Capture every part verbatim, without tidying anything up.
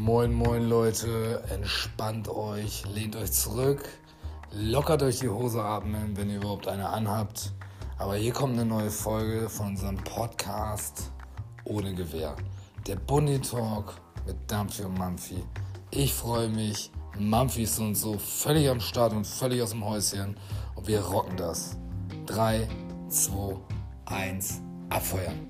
Moin, moin Leute, entspannt euch, lehnt euch zurück, lockert euch die Hose atmen, wenn ihr überhaupt eine anhabt. Aber hier kommt eine neue Folge von unserem Podcast ohne Gewehr. Der Bundy Talk mit Dampfi und Mampfi. Ich freue mich, Mampfi ist und so völlig am Start und völlig aus dem Häuschen und wir rocken das. drei, zwei, eins, abfeuern.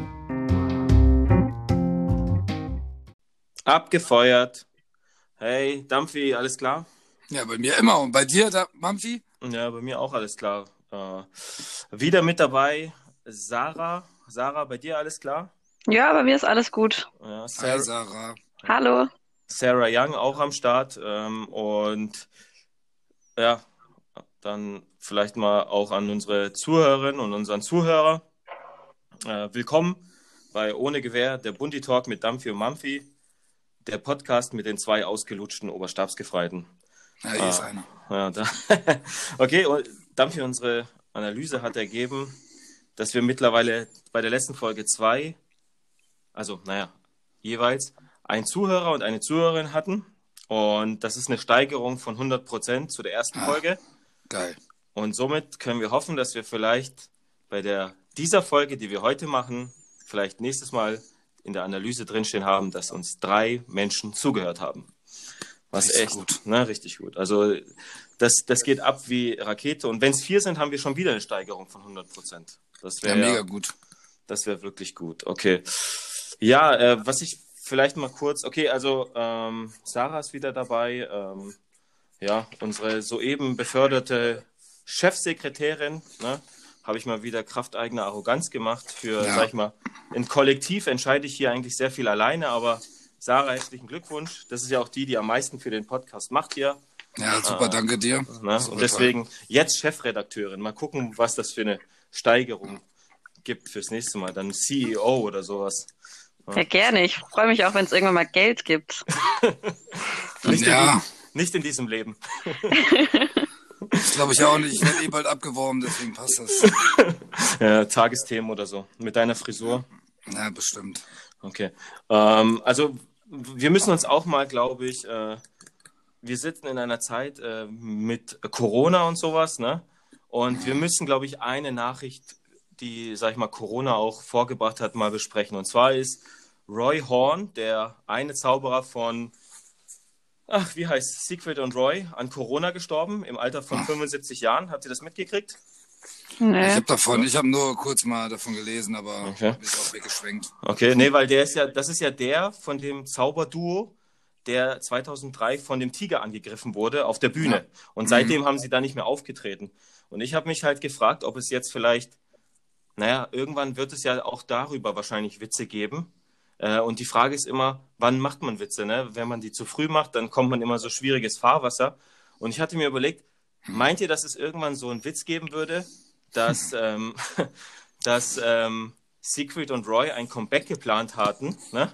Abgefeuert. Hey, Dampfi, alles klar? Ja, bei mir immer. Und bei dir, da, Mampfi? Ja, bei mir auch alles klar. Äh, wieder mit dabei, Sarah. Sarah, bei dir alles klar? Ja, bei mir ist alles gut. Ja, Hi, Sarah, Sarah. Hallo. Sarah Young auch am Start. Ähm, und ja, dann vielleicht mal auch an unsere Zuhörerinnen und unseren Zuhörer. Äh, willkommen bei Ohne Gewehr, der Bundy Talk mit Dampfi und Mampfi. Der Podcast mit den zwei ausgelutschten Oberstabsgefreiten. Ja, hier ah, ist einer. Ja, da. Okay, und Dampfi, unsere Analyse hat ergeben, dass wir mittlerweile bei der letzten Folge zwei, also naja, jeweils einen Zuhörer und eine Zuhörerin hatten. Und das ist eine Steigerung von hundert Prozent zu der ersten ah, Folge. Geil. Und somit können wir hoffen, dass wir vielleicht bei der dieser Folge, die wir heute machen, vielleicht nächstes Mal in der Analyse drinstehen haben, dass uns drei Menschen zugehört haben. Was richtig echt gut. Ne, richtig gut. Also das, das geht ab wie Rakete. Und wenn es vier sind, haben wir schon wieder eine Steigerung von hundert Prozent. Das wäre ja mega gut. Das wäre wirklich gut. Okay. Ja, äh, was ich vielleicht mal kurz... Okay, also ähm, Sarah ist wieder dabei. Ähm, ja, unsere soeben beförderte Chefsekretärin, ne? Habe ich mal wieder krafteigener Arroganz gemacht für, ja. sag ich mal, ein Kollektiv entscheide ich hier eigentlich sehr viel alleine, aber Sarah, herzlichen Glückwunsch. Das ist ja auch die, die am meisten für den Podcast macht hier. Ja, super, äh, danke dir. Ne? Und deswegen toll. Jetzt Chefredakteurin. Mal gucken, was das für eine Steigerung gibt fürs nächste Mal. Dann C E O oder sowas. Ja, ja gerne. Ich freue mich auch, wenn es irgendwann mal Geld gibt. nicht, ja. in die, nicht in diesem Leben. Das glaube ich auch nicht. Ich werde eh bald abgeworben, deswegen passt das. Ja, Tagesthemen oder so. Mit deiner Frisur. Ja, bestimmt. Okay. Ähm, also, wir müssen uns auch mal, glaube ich, äh, wir sitzen in einer Zeit äh, mit Corona und sowas, ne? Und wir müssen, glaube ich, eine Nachricht, die, sag ich mal, Corona auch vorgebracht hat, mal besprechen. Und zwar ist Roy Horn, der eine Zauberer von Ach, wie heißt Siegfried und Roy, an Corona gestorben, im Alter von fünfundsiebzig Jahren. Habt ihr das mitgekriegt? Nee. Ich habe davon, ich habe nur kurz mal davon gelesen, aber okay. Ist auch weggeschwenkt. Okay, nee, weil der ist ja, das ist ja der von dem Zauberduo, der zweitausenddrei von dem Tiger angegriffen wurde auf der Bühne. Ja. Und seitdem mhm. haben sie da nicht mehr aufgetreten. Und ich habe mich halt gefragt, ob es jetzt vielleicht, naja, irgendwann wird es ja auch darüber wahrscheinlich Witze geben. Und die Frage ist immer, wann macht man Witze? Ne? Wenn man die zu früh macht, dann kommt man immer so schwieriges Fahrwasser. Und ich hatte mir überlegt, meint ihr, dass es irgendwann so einen Witz geben würde, dass, ähm, dass ähm, Siegfried und Roy ein Comeback geplant hatten, ne?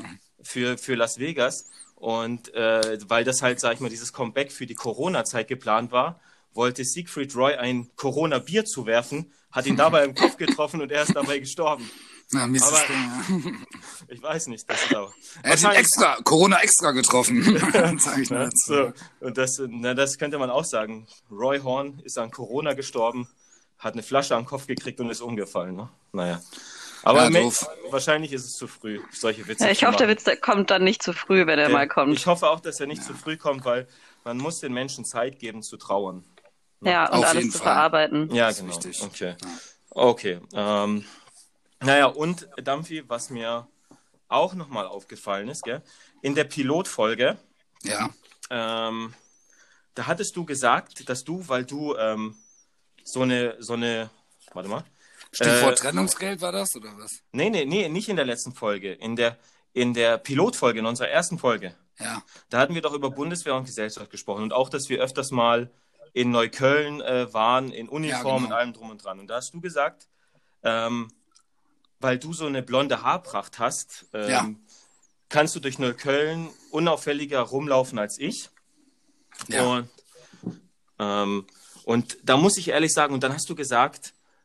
für, für Las Vegas? Und äh, weil das halt, sag ich mal, dieses Comeback für die Corona-Zeit geplant war, wollte Siegfried Roy ein Corona-Bier zuwerfen, hat ihn dabei im Kopf getroffen und er ist dabei gestorben. Na, mir ist aber, das Ding, ja. Ich weiß nicht, das ist aber. Er hat ihn extra, Corona extra getroffen. Sag ich ja, so. Und das, na, das könnte man auch sagen. Roy Horn ist an Corona gestorben, hat eine Flasche am Kopf gekriegt und ist umgefallen. Ne? Naja. Aber ja, me- wahrscheinlich ist es zu früh, solche Witze ja, ich zu hoffe, machen. der Witz der kommt dann nicht zu früh, wenn er der, mal kommt. Ich hoffe auch, dass er nicht ja. zu früh kommt, weil man muss den Menschen Zeit geben zu trauern. Ne? Ja, und Auf alles jeden zu Fall. verarbeiten. Ja, das genau. ist wichtig. Okay. Okay. Ähm, naja, und Dampfi, was mir auch nochmal aufgefallen ist, gell? In der Pilotfolge, ja. ähm, da hattest du gesagt, dass du, weil du ähm, so eine, so eine, warte mal. Stichwort äh, Trennungsgeld war das, oder was? Nee, nee, nee, nicht in der letzten Folge, in der, in der Pilotfolge, in unserer ersten Folge. Ja. Da hatten wir doch über Bundeswehr und Gesellschaft gesprochen und auch, dass wir öfters mal in Neukölln äh, waren, in Uniform ja, genau. und allem drum und dran. Und da hast du gesagt, ähm, weil du so eine blonde Haarpracht hast, ähm, ja. kannst du durch Neukölln unauffälliger rumlaufen als ich. Ja. Und, ähm, und da muss ich ehrlich sagen, und dann hast du gesagt,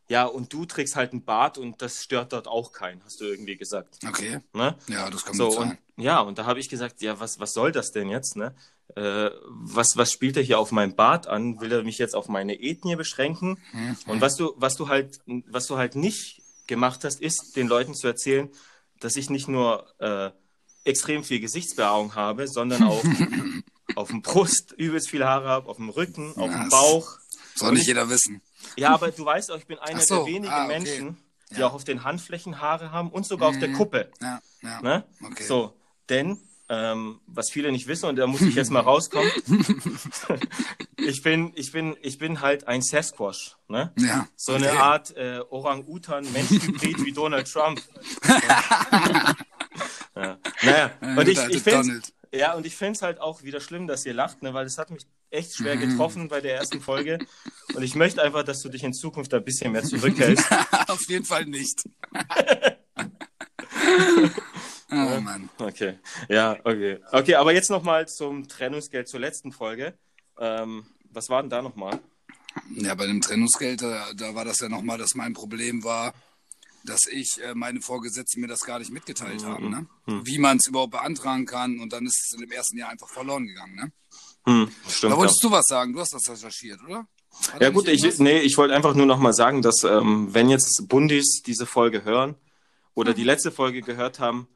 ja, und du trägst halt einen Bart und das stört dort auch keinen, hast du irgendwie gesagt. Okay. Ne? Ja, das kann So, gut sein. und, ja, und da habe ich gesagt, ja, was, was soll das denn jetzt? Ne? Äh, was, was spielt er hier auf meinem Bart an? Will er mich jetzt auf meine Ethnie beschränken? Mhm. Und was du, was du halt, was du halt nicht gemacht hast, ist, den Leuten zu erzählen, dass ich nicht nur äh, extrem viel Gesichtsbehaarung habe, sondern auch auf dem Brust übelst viel Haare habe, auf dem Rücken, auf Ja, dem das Bauch. Soll Und nicht ich, jeder wissen. ja, aber du weißt auch, ich bin einer Ach so, der wenigen ah, okay. Menschen, die Ja. auch auf den Handflächen Haare haben und sogar auf der Mhm. Kuppe. Ja, ja. Ne? Okay. So, denn, ähm, was viele nicht wissen, und da muss ich jetzt mal rauskommen, ich bin, ich bin, ich bin halt ein Sasquatch. Ne? Ja, So okay. eine Art äh, Orang-Utan-Mensch-Hybrid wie Donald Trump. Ja. Naja, Ja, und ich, der ich alte finde Donald. ja, und ich finde es halt auch wieder schlimm, dass ihr lacht, ne, weil es hat mich echt schwer Mhm. getroffen bei der ersten Folge. Und ich möchte einfach, dass du dich in Zukunft ein bisschen mehr zurückhältst. Auf jeden Fall nicht. Oh Mann. Okay, ja, okay. Okay, aber jetzt nochmal zum Trennungsgeld zur letzten Folge. Ähm, was war denn da nochmal? Ja, bei dem Trennungsgeld, da, da war das ja nochmal, dass mein Problem war, dass ich äh, meine Vorgesetzten mir das gar nicht mitgeteilt Mhm. haben, ne? Mhm. Wie man es überhaupt beantragen kann, und dann ist es in dem ersten Jahr einfach verloren gegangen, ne? Hm, stimmt, Da ja. wolltest du was sagen, du hast das recherchiert, oder? War da Ja nicht gut, ich, irgendwas? nee, ich wollte einfach nur nochmal sagen, dass ähm, wenn jetzt Bundis diese Folge hören oder die letzte Folge gehört haben,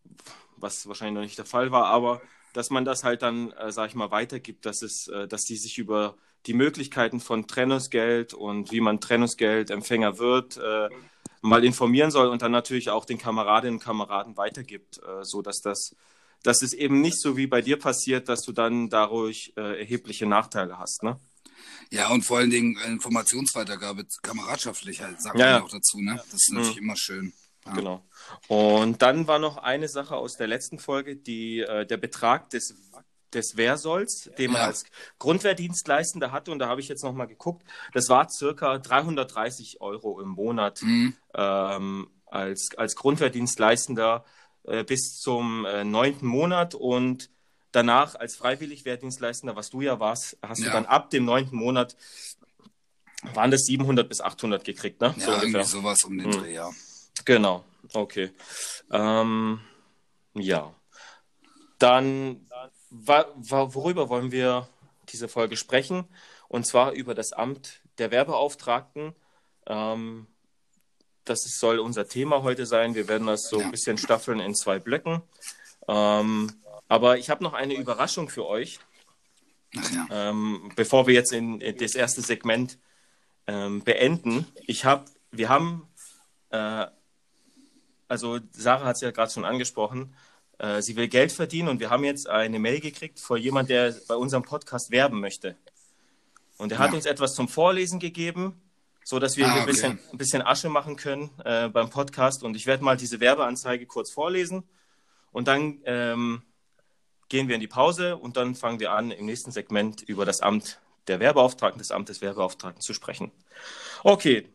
was wahrscheinlich noch nicht der Fall war, aber dass man das halt dann, äh, sag ich mal, weitergibt, dass es, äh, dass die sich über die Möglichkeiten von Trennungsgeld und wie man Trennungsgeldempfänger wird, äh, mal informieren soll und dann natürlich auch den Kameradinnen und Kameraden weitergibt, äh, so dass das, dass es eben nicht so wie bei dir passiert, dass du dann dadurch äh, erhebliche Nachteile hast, ne? Ja, und vor allen Dingen äh, Informationsweitergabe, kameradschaftlich halt, sagt Ja, man ja ja. auch dazu, ne? Das ist natürlich immer schön. Ja. Genau. Und dann war noch eine Sache aus der letzten Folge, die, äh, der Betrag des, des Wehrsolls, den man Ja. als Grundwehrdienstleistender hatte. Und da habe ich jetzt nochmal geguckt. Das war circa dreihundertdreißig Euro im Monat Mhm. ähm, als, als Grundwehrdienstleistender äh, bis zum äh, neunten Monat. Und danach als Freiwilligwehrdienstleistender, was du ja warst, hast du Ja. dann ab dem neunten Monat, waren das siebenhundert bis achthundert gekriegt, ne? Ja, So ungefähr. irgendwie sowas um den Mhm. Dreh, ja. Genau, okay. Ähm, ja. Dann, wa, wa, worüber wollen wir diese Folge sprechen? Und zwar über das Amt der Wehrbeauftragten. Ähm, das ist, soll unser Thema heute sein. Wir werden das so Ja. ein bisschen staffeln in zwei Blöcken. Ähm, aber ich habe noch eine Überraschung für euch, Ach ja. ähm, bevor wir jetzt in, in das erste Segment ähm, beenden. Ich habe, wir haben äh, Also Sarah hat es ja gerade schon angesprochen, äh, sie will Geld verdienen und wir haben jetzt eine Mail gekriegt von jemand, der bei unserem Podcast werben möchte. Und er hat Ja. uns etwas zum Vorlesen gegeben, so dass wir Ah, hier ein okay. bisschen, ein bisschen Asche machen können äh, beim Podcast. Und ich werde mal diese Werbeanzeige kurz vorlesen und dann ähm, gehen wir in die Pause und dann fangen wir an, im nächsten Segment über das Amt der Wehrbeauftragten, des Amtes Wehrbeauftragten zu sprechen. Okay,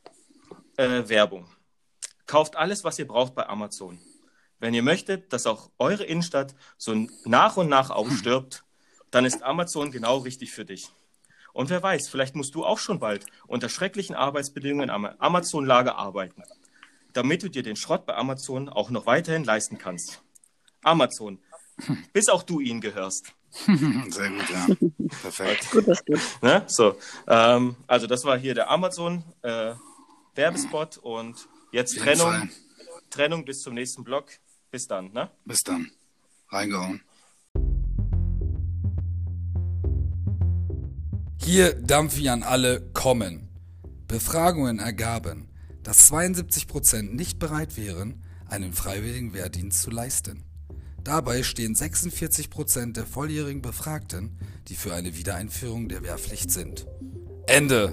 äh, Werbung. Kauft alles, was ihr braucht bei Amazon. Wenn ihr möchtet, dass auch eure Innenstadt so nach und nach ausstirbt, dann ist Amazon genau richtig für dich. Und wer weiß, vielleicht musst du auch schon bald unter schrecklichen Arbeitsbedingungen am Amazon-Lager arbeiten, damit du dir den Schrott bei Amazon auch noch weiterhin leisten kannst. Amazon, bis auch du ihnen gehörst. Sehr gut, ja. Perfekt. Gut, das gut. Ne? So, ähm, also das war hier der Amazon-Werbespot äh, und jetzt Auf jeden Trennung, Fall. Trennung bis zum nächsten Block. Bis dann, ne? Bis dann. Reingehauen. Hier Dampfi an alle kommen. Befragungen ergaben, dass zweiundsiebzig Prozent nicht bereit wären, einen freiwilligen Wehrdienst zu leisten. Dabei stehen sechsundvierzig Prozent der volljährigen Befragten, die für eine Wiedereinführung der Wehrpflicht sind. Ende.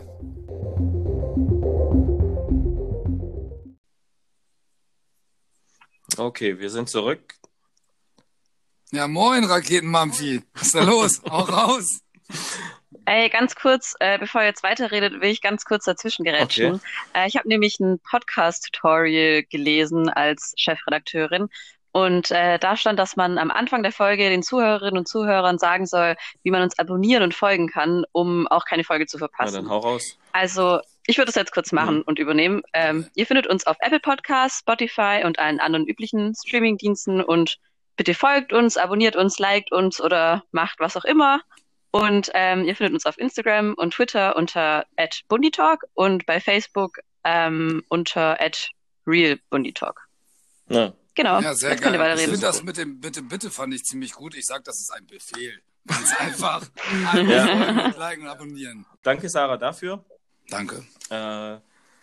Okay, wir sind zurück. Ja, moin, Raketenmampfi. Was ist da los? Auch raus. Ey, ganz kurz, äh, bevor ihr jetzt weiterredet, will ich ganz kurz dazwischen gerätschen. Okay. Äh, ich habe nämlich ein Podcast-Tutorial gelesen als Chefredakteurin und äh, da stand, dass man am Anfang der Folge den Zuhörerinnen und Zuhörern sagen soll, wie man uns abonnieren und folgen kann, um auch keine Folge zu Na, verpassen. dann hau raus. Also ich würde es jetzt kurz machen Mhm. und übernehmen. Ähm, ihr findet uns auf Apple Podcasts, Spotify und allen anderen üblichen Streaming-Diensten und bitte folgt uns, abonniert uns, liked uns oder macht was auch immer. Und ähm, ihr findet uns auf Instagram und Twitter unter at bunditalk und bei Facebook ähm, unter at realbunditalk. Ja. Genau, Ja, sehr jetzt könnt ihr geil. Ich weiterreden. finde das mit dem Bitte, Bitte fand ich ziemlich gut. Ich sag, das ist ein Befehl. Ganz einfach. Einfach folgen und liken und abonnieren. Danke, Sarah, dafür. Danke. Äh,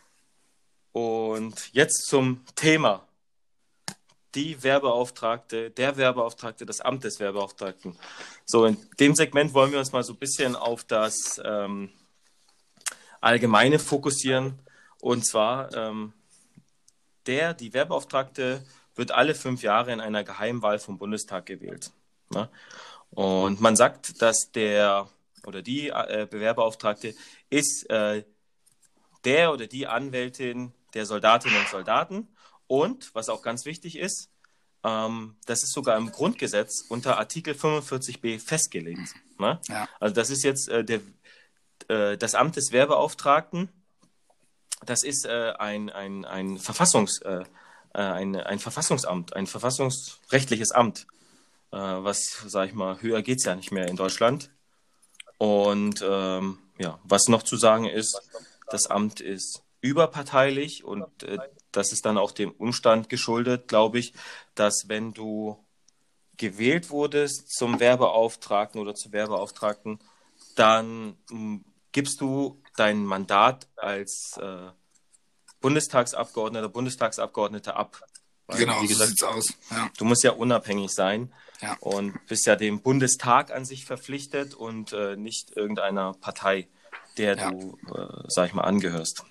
und jetzt zum Thema. Die Werbeauftragte, der Werbeauftragte, das Amt des Werbeauftragten. So, in dem Segment wollen wir uns mal so ein bisschen auf das ähm, Allgemeine fokussieren. Und zwar, ähm, der, die Werbeauftragte wird alle fünf Jahre in einer Geheimwahl vom Bundestag gewählt. Ne? Und man sagt, dass der oder die äh, Werbeauftragte ist äh, der oder die Anwältin der Soldatinnen und Soldaten. Und, was auch ganz wichtig ist, ähm, das ist sogar im Grundgesetz unter Artikel fünfundvierzig b festgelegt. Ne? Ja. Also das ist jetzt äh, der, äh, das Amt des Werbeauftragten. Das ist äh, ein, ein, ein, Verfassungs, äh, ein, ein Verfassungsamt, ein verfassungsrechtliches Amt. Äh, was, sag ich mal, höher geht es ja nicht mehr in Deutschland. Und ähm, ja, was noch zu sagen ist, das Amt ist überparteilich und äh, das ist dann auch dem Umstand geschuldet, glaube ich, dass wenn du gewählt wurdest zum Werbeauftragten oder zur Werbeauftragten, dann mh, gibst du dein Mandat als äh, Bundestagsabgeordneter, Bundestagsabgeordneter ab. Weil, Genau, wie so gesagt, sieht's aus. Ja. du musst ja unabhängig sein Ja. und bist ja dem Bundestag an sich verpflichtet und äh, nicht irgendeiner Partei, der Ja. du, äh, sag ich mal, angehörst.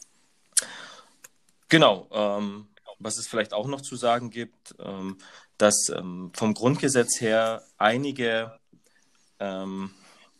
Genau, ähm, was es vielleicht auch noch zu sagen gibt, ähm, dass ähm, vom Grundgesetz her einige ähm,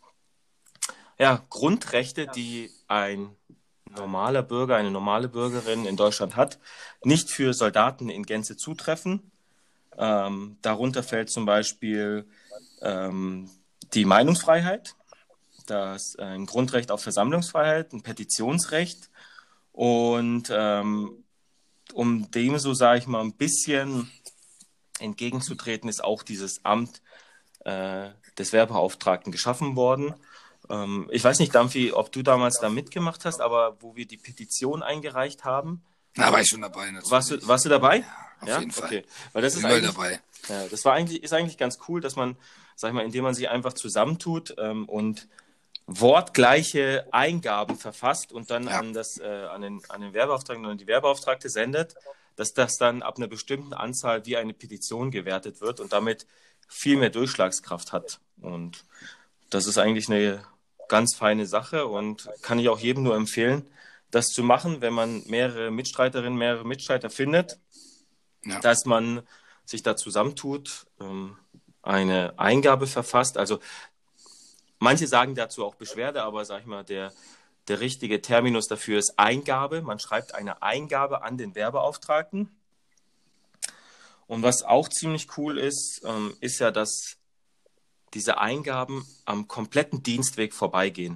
ja, Grundrechte, die ein normaler Bürger, eine normale Bürgerin in Deutschland hat, nicht für Soldaten in Gänze zutreffen. Ähm, darunter fällt zum Beispiel ähm, die Meinungsfreiheit, das äh, ein Grundrecht auf Versammlungsfreiheit, ein Petitionsrecht und ähm, um dem, so sage ich mal, ein bisschen entgegenzutreten, ist auch dieses Amt äh, des Werbeauftragten geschaffen worden. Ähm, ich weiß nicht, Dampfi, ob du damals da mitgemacht hast, aber wo wir die Petition eingereicht haben. Da war ich schon dabei, natürlich. Warst du, warst du dabei? Ja, auf ja? jeden Fall. Okay. Weil das ist Überall eigentlich, dabei. ja, das war eigentlich, ist eigentlich ganz cool, dass man, sag ich mal, indem man sich einfach zusammentut ähm, und wortgleiche Eingaben verfasst und dann Ja. an, das, äh, an, den, an den Werbeauftragten und die Werbeauftragte sendet, dass das dann ab einer bestimmten Anzahl wie eine Petition gewertet wird und damit viel mehr Durchschlagskraft hat. Und das ist eigentlich eine ganz feine Sache und kann ich auch jedem nur empfehlen, das zu machen, wenn man mehrere Mitstreiterinnen, mehrere Mitstreiter findet, Ja. dass man sich da zusammentut, ähm, eine Eingabe verfasst. Also manche sagen dazu auch Beschwerde, aber sag ich mal, der, der richtige Terminus dafür ist Eingabe. Man schreibt eine Eingabe an den Werbeauftragten. Und was auch ziemlich cool ist, ähm, ist ja, dass diese Eingaben am kompletten Dienstweg vorbeigehen.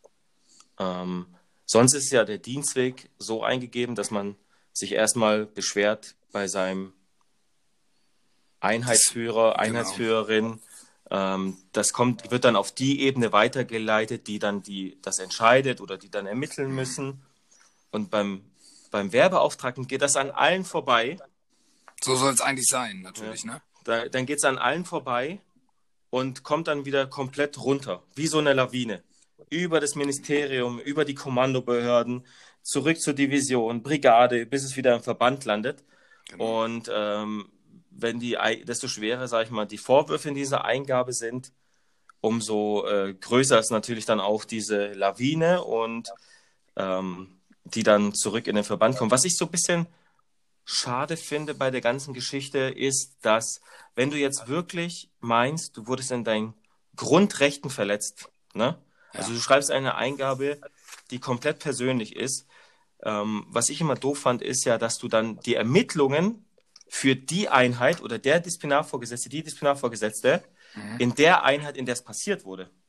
Ähm, sonst ist ja der Dienstweg so eingegeben, dass man sich erstmal beschwert bei seinem Einheitsführer, Genau. Einheitsführerin. Ähm, das kommt, wird dann auf die Ebene weitergeleitet, die dann die, das entscheidet oder die dann ermitteln müssen. Und beim, beim Werbeauftragten geht das an allen vorbei. So soll es eigentlich sein, natürlich, ne? Da, dann geht es an allen vorbei und kommt dann wieder komplett runter, wie so eine Lawine. Über das Ministerium, über die Kommandobehörden, zurück zur Division, Brigade, bis es wieder im Verband landet. Genau. Und ähm, wenn die, desto schwerer, sage ich mal, die Vorwürfe in dieser Eingabe sind, umso äh, größer ist natürlich dann auch diese Lawine und ähm, die dann zurück in den Verband kommen. Was ich so ein bisschen schade finde bei der ganzen Geschichte ist, dass wenn du jetzt wirklich meinst, du wurdest in deinen Grundrechten verletzt, ne? Also du schreibst eine Eingabe, die komplett persönlich ist. Ähm, was ich immer doof fand, ist ja, dass du dann die Ermittlungen für die Einheit oder der Disziplinarvorgesetzte, die Disziplinarvorgesetzte, mhm. in der Einheit, in der es passiert wurde,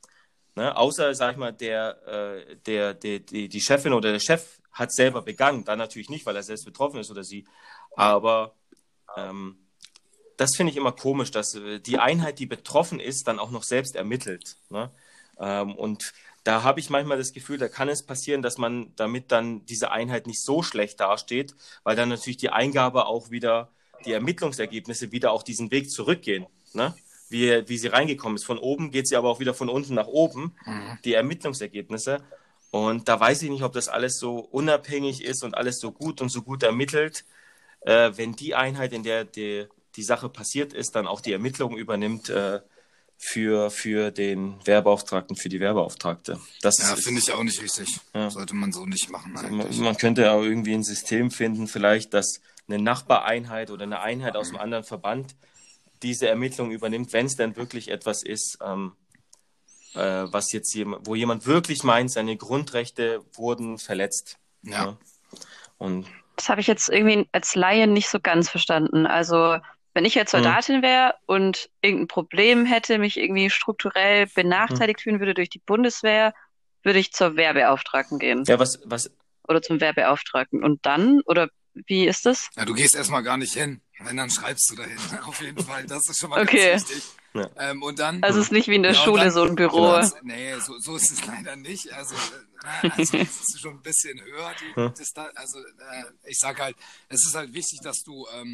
Ne? Außer, sag ich mal, der, äh, der, der, die, die Chefin oder der Chef hat selber begangen. Dann natürlich nicht, weil er selbst betroffen ist oder sie. Aber ähm, das finde ich immer komisch, dass äh, die Einheit, die betroffen ist, dann auch noch selbst ermittelt. Ne? Ähm, und da habe ich manchmal das Gefühl, da kann es passieren, dass man damit dann diese Einheit nicht so schlecht dasteht, weil dann natürlich die Eingabe auch wieder, die Ermittlungsergebnisse wieder auch diesen Weg zurückgehen. Ne? Wie, wie sie reingekommen ist. Von oben geht sie aber auch wieder von unten nach oben, Mhm. die Ermittlungsergebnisse. Und da weiß ich nicht, ob das alles so unabhängig ist und alles so gut und so gut ermittelt, äh, wenn die Einheit, in der die, die Sache passiert ist, dann auch die Ermittlungen übernimmt äh, für, für den Werbeauftragten, für die Werbeauftragte. Das Ja, ist, finde ich auch nicht richtig. Ja. Sollte man so nicht machen eigentlich. man, man könnte auch irgendwie ein System finden, vielleicht, dass eine Nachbareinheit oder eine Einheit aus einem anderen Verband diese Ermittlung übernimmt, wenn es denn wirklich etwas ist, ähm, äh, was jetzt jemand, wo jemand wirklich meint, seine Grundrechte wurden verletzt. Ja. Ne? Und Das habe ich jetzt irgendwie als Laie nicht so ganz verstanden. Also, wenn ich jetzt Hm. Soldatin wäre und irgendein Problem hätte, mich irgendwie strukturell benachteiligt fühlen würde durch die Bundeswehr, würde ich zur Wehrbeauftragten gehen ja, was, was, oder zum Wehrbeauftragten. Und dann, oder wie ist das? Ja, du gehst erstmal gar nicht hin. Wenn, dann schreibst du dahin. Auf jeden Fall. Das ist schon mal Okay. ganz wichtig. Ja. Ähm, und dann. Also es ist nicht wie in der Ja, und Schule dann- so ein Büro. Genau. Nee, so, so ist es leider nicht. Also, äh, also es ist schon ein bisschen höher. Die, Hm. das da, also äh, ich sag halt, es ist halt wichtig, dass du ähm,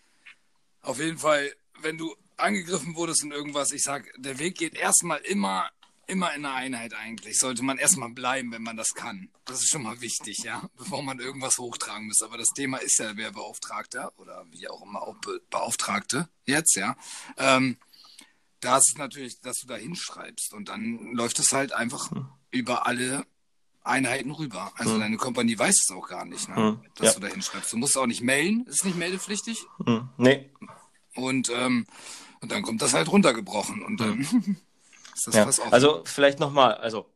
auf jeden Fall, wenn du angegriffen wurdest und irgendwas, ich sag, der Weg geht erstmal immer, immer in eine Einheit eigentlich. Sollte man erstmal bleiben, wenn man das kann. Das ist schon mal wichtig, ja, bevor man irgendwas hochtragen muss. Aber das Thema ist ja Wehrbeauftragter oder wie auch immer auch Be Beauftragte jetzt, ja. Ähm, da ist es natürlich, dass du da hinschreibst und dann läuft es halt einfach über alle Einheiten rüber. Also Hm. deine Kompanie weiß es auch gar nicht, ne? Hm. dass Ja. du da hinschreibst. Du musst auch nicht melden, ist nicht meldepflichtig. Hm. Nee. Und, ähm, und dann kommt das halt runtergebrochen und dann ist das Ja. fast offen. Also vielleicht nochmal, also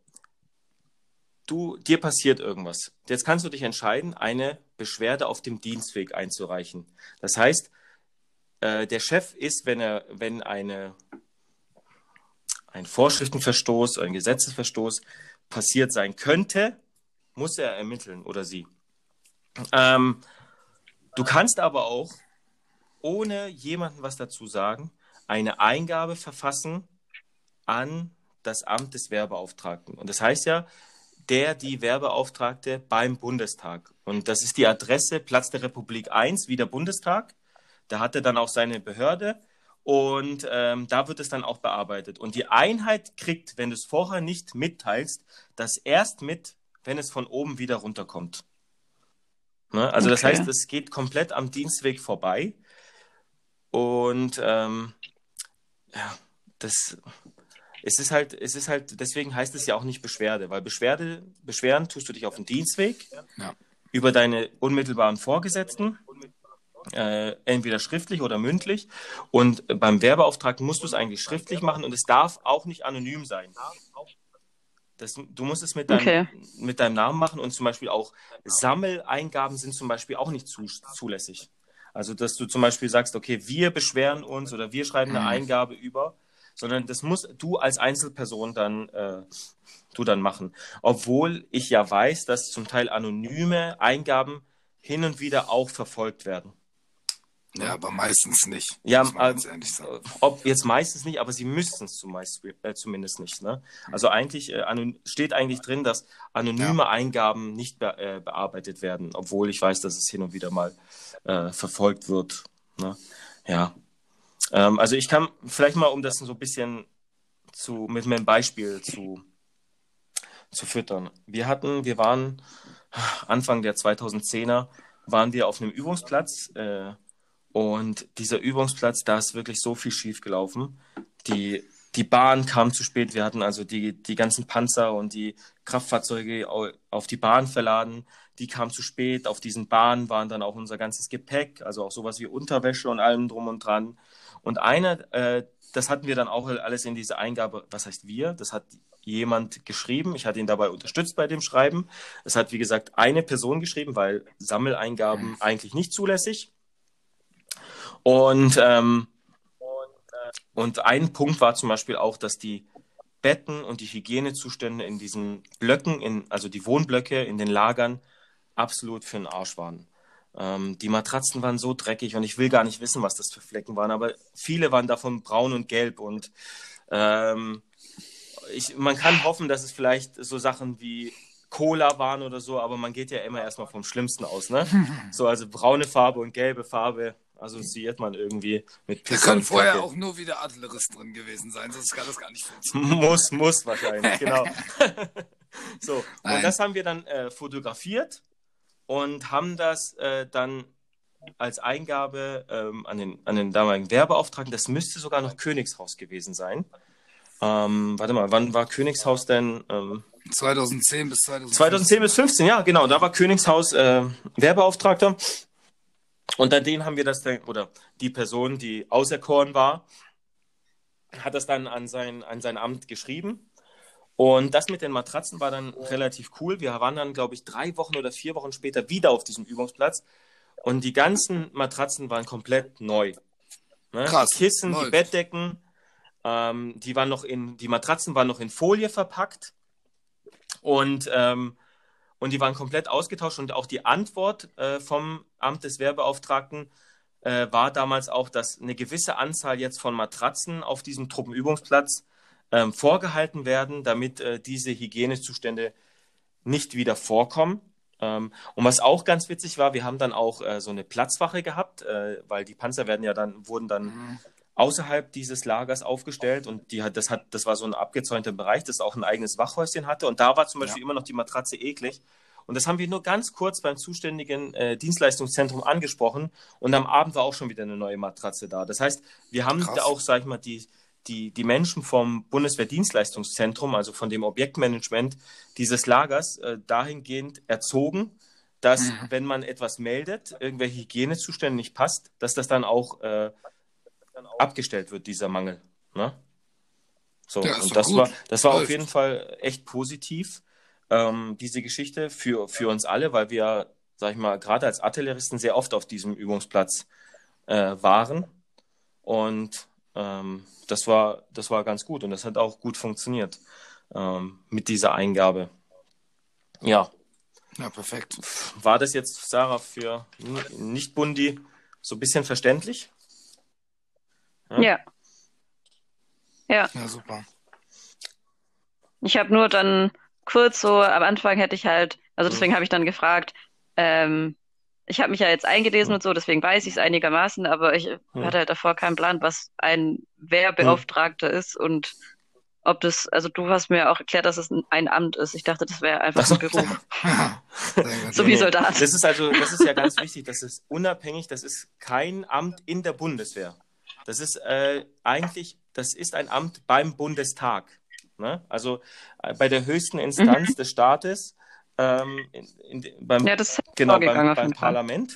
du, dir passiert irgendwas. Jetzt kannst du dich entscheiden, eine Beschwerde auf dem Dienstweg einzureichen. Das heißt, äh, der Chef ist, wenn er, wenn eine ein Vorschriftenverstoß, ein Gesetzesverstoß passiert sein könnte, muss er ermitteln oder sie. Ähm, du kannst aber auch, ohne jemandem was dazu sagen, eine Eingabe verfassen an das Amt des Wehrbeauftragten. Und das heißt ja, der, die Wehrbeauftragte beim Bundestag. Und das ist die Adresse Platz der Republik eins, wie der Bundestag. Da hat er dann auch seine Behörde und ähm, da wird es dann auch bearbeitet. Und die Einheit kriegt, wenn du es vorher nicht mitteilst, das erst mit, wenn es von oben wieder runterkommt. Ne? Also das Okay. heißt, es geht komplett am Dienstweg vorbei. Und ähm, ja, das... Es ist halt, es ist halt, deswegen heißt es ja auch nicht Beschwerde, weil Beschwerde, beschweren tust du dich auf dem Dienstweg Ja. über deine unmittelbaren Vorgesetzten, äh, entweder schriftlich oder mündlich. Und beim Werbeauftragten musst du es eigentlich schriftlich machen und es darf auch nicht anonym sein. Das, du musst es mit deinem, Okay. mit deinem Namen machen und zum Beispiel auch Sammeleingaben sind zum Beispiel auch nicht zu, zulässig. Also, dass du zum Beispiel sagst, okay, wir beschweren uns oder wir schreiben eine Eingabe über, sondern das musst du als Einzelperson dann, äh, du dann machen. Obwohl ich ja weiß, dass zum Teil anonyme Eingaben hin und wieder auch verfolgt werden. Ja, aber meistens nicht. Ja, muss man ganz äh, ehrlich sagen. ob jetzt meistens nicht, aber sie müssten es zumeist, äh, zumindest nicht. Ne? Also eigentlich äh, anon- steht eigentlich drin, dass anonyme Eingaben nicht be äh, bearbeitet werden, obwohl ich weiß, dass es hin und wieder mal äh, verfolgt wird. Ne? Ja. Ähm, also ich kann vielleicht mal, um das so ein bisschen zu, mit meinem Beispiel zu, zu füttern. Wir hatten, wir waren Anfang der zweitausendzehner, waren wir auf einem Übungsplatz äh, und dieser Übungsplatz, da ist wirklich so viel schief gelaufen. Die, die Bahn kam zu spät, wir hatten also die, die ganzen Panzer und die Kraftfahrzeuge au- auf die Bahn verladen, die kamen zu spät, auf diesen Bahnen waren dann auch unser ganzes Gepäck, also auch sowas wie Unterwäsche und allem drum und dran. Und einer, äh, das hatten wir dann auch alles in diese Eingabe, was heißt wir? Das hat jemand geschrieben, ich hatte ihn dabei unterstützt bei dem Schreiben. Es hat, wie gesagt, eine Person geschrieben, weil Sammeleingaben eigentlich nicht zulässig. Und, ähm, und ein Punkt war zum Beispiel auch, dass die Betten und die Hygienezustände in diesen Blöcken, in, also die Wohnblöcke in den Lagern, absolut für den Arsch waren. Ähm, die Matratzen waren so dreckig und ich will gar nicht wissen, was das für Flecken waren, aber viele waren davon braun und gelb und ähm, ich, man kann hoffen, dass es vielleicht so Sachen wie Cola waren oder so, aber man geht ja immer erstmal vom Schlimmsten aus, ne? So, also braune Farbe und gelbe Farbe assoziiert man irgendwie mit Da Pisse können und vorher Kacke. auch nur wieder Artilleristen drin gewesen sein, sonst kann das gar nicht funktionieren. Muss, muss wahrscheinlich, genau. So, und Nein. das haben wir dann äh, fotografiert und haben das äh, dann als Eingabe ähm, an, den, an den damaligen Werbeauftragten, das müsste sogar noch Königshaus gewesen sein. Ähm, warte mal, wann war Königshaus denn? Ähm, zweitausendzehn bis zweitausendfünfzehn. zweitausendzehn bis fünfzehn, ja, genau. Da war Königshaus äh, Werbeauftragter. Und an den haben wir das dann, oder die Person, die auserkoren war, hat das dann an sein, an sein Amt geschrieben. Und das mit den Matratzen war dann relativ cool. Wir waren dann, glaube ich, drei Wochen oder vier Wochen später wieder auf diesem Übungsplatz. Und die ganzen Matratzen waren komplett neu. Ne? Krass, Die Kissen, läuft. die Bettdecken, ähm, die waren noch in, die Matratzen waren noch in Folie verpackt. Und, ähm, und die waren komplett ausgetauscht. Und auch die Antwort äh, vom Amt des Wehrbeauftragten äh, war damals auch, dass eine gewisse Anzahl jetzt von Matratzen auf diesem Truppenübungsplatz ähm, vorgehalten werden, damit äh, diese Hygienezustände nicht wieder vorkommen. Ähm, und was auch ganz witzig war, wir haben dann auch äh, so eine Platzwache gehabt, äh, weil die Panzer werden ja dann, wurden dann Mhm. außerhalb dieses Lagers aufgestellt und die hat, das, hat, das war so ein abgezäunter Bereich, das auch ein eigenes Wachhäuschen hatte und da war zum Beispiel Ja. immer noch die Matratze eklig und das haben wir nur ganz kurz beim zuständigen äh, Dienstleistungszentrum angesprochen und am Abend war auch schon wieder eine neue Matratze da. Das heißt, wir haben Krass. da auch, sag ich mal, die, die, die Menschen vom Bundeswehrdienstleistungszentrum, also von dem Objektmanagement dieses Lagers, äh, dahingehend erzogen, dass Mhm. wenn man etwas meldet, irgendwelche Hygienezustände nicht passt, dass das dann auch äh, abgestellt wird, dieser Mangel. Ne? So, Ja, ist und doch das gut. war, das war auf Läuft. jeden Fall echt positiv, ähm, diese Geschichte für, für uns alle, weil wir, sag ich mal, gerade als Artilleristen sehr oft auf diesem Übungsplatz äh, waren. Und ähm, das war, das war ganz gut und das hat auch gut funktioniert ähm, mit dieser Eingabe. Ja, Ja, perfekt. war das jetzt, Sarah, für N- Nicht-Bundi so ein bisschen verständlich? Ja. Ja. Ja, super. Ich habe nur dann kurz so, am Anfang hätte ich halt, also Mhm. deswegen habe ich dann gefragt, ähm, ich habe mich ja jetzt eingelesen Mhm. und so, deswegen weiß ich es einigermaßen, aber ich Mhm. hatte halt davor keinen Plan, was ein Wehrbeauftragter ist und ob das, also du hast mir auch erklärt, dass es ein, ein Amt ist. Ich dachte, das wäre einfach Ach so. ein Beruf, Sehr gut. so Nee, wie nee. Soldat. Das ist also, das ist ja ganz wichtig, das ist unabhängig, das ist kein Amt in der Bundeswehr. Das ist äh, eigentlich, das ist ein Amt beim Bundestag. Ne? Also äh, bei der höchsten Instanz des Staates, ähm, in, in, beim, Ja, das ist genau, vorgegangen beim, auf beim jeden Fall. Parlament.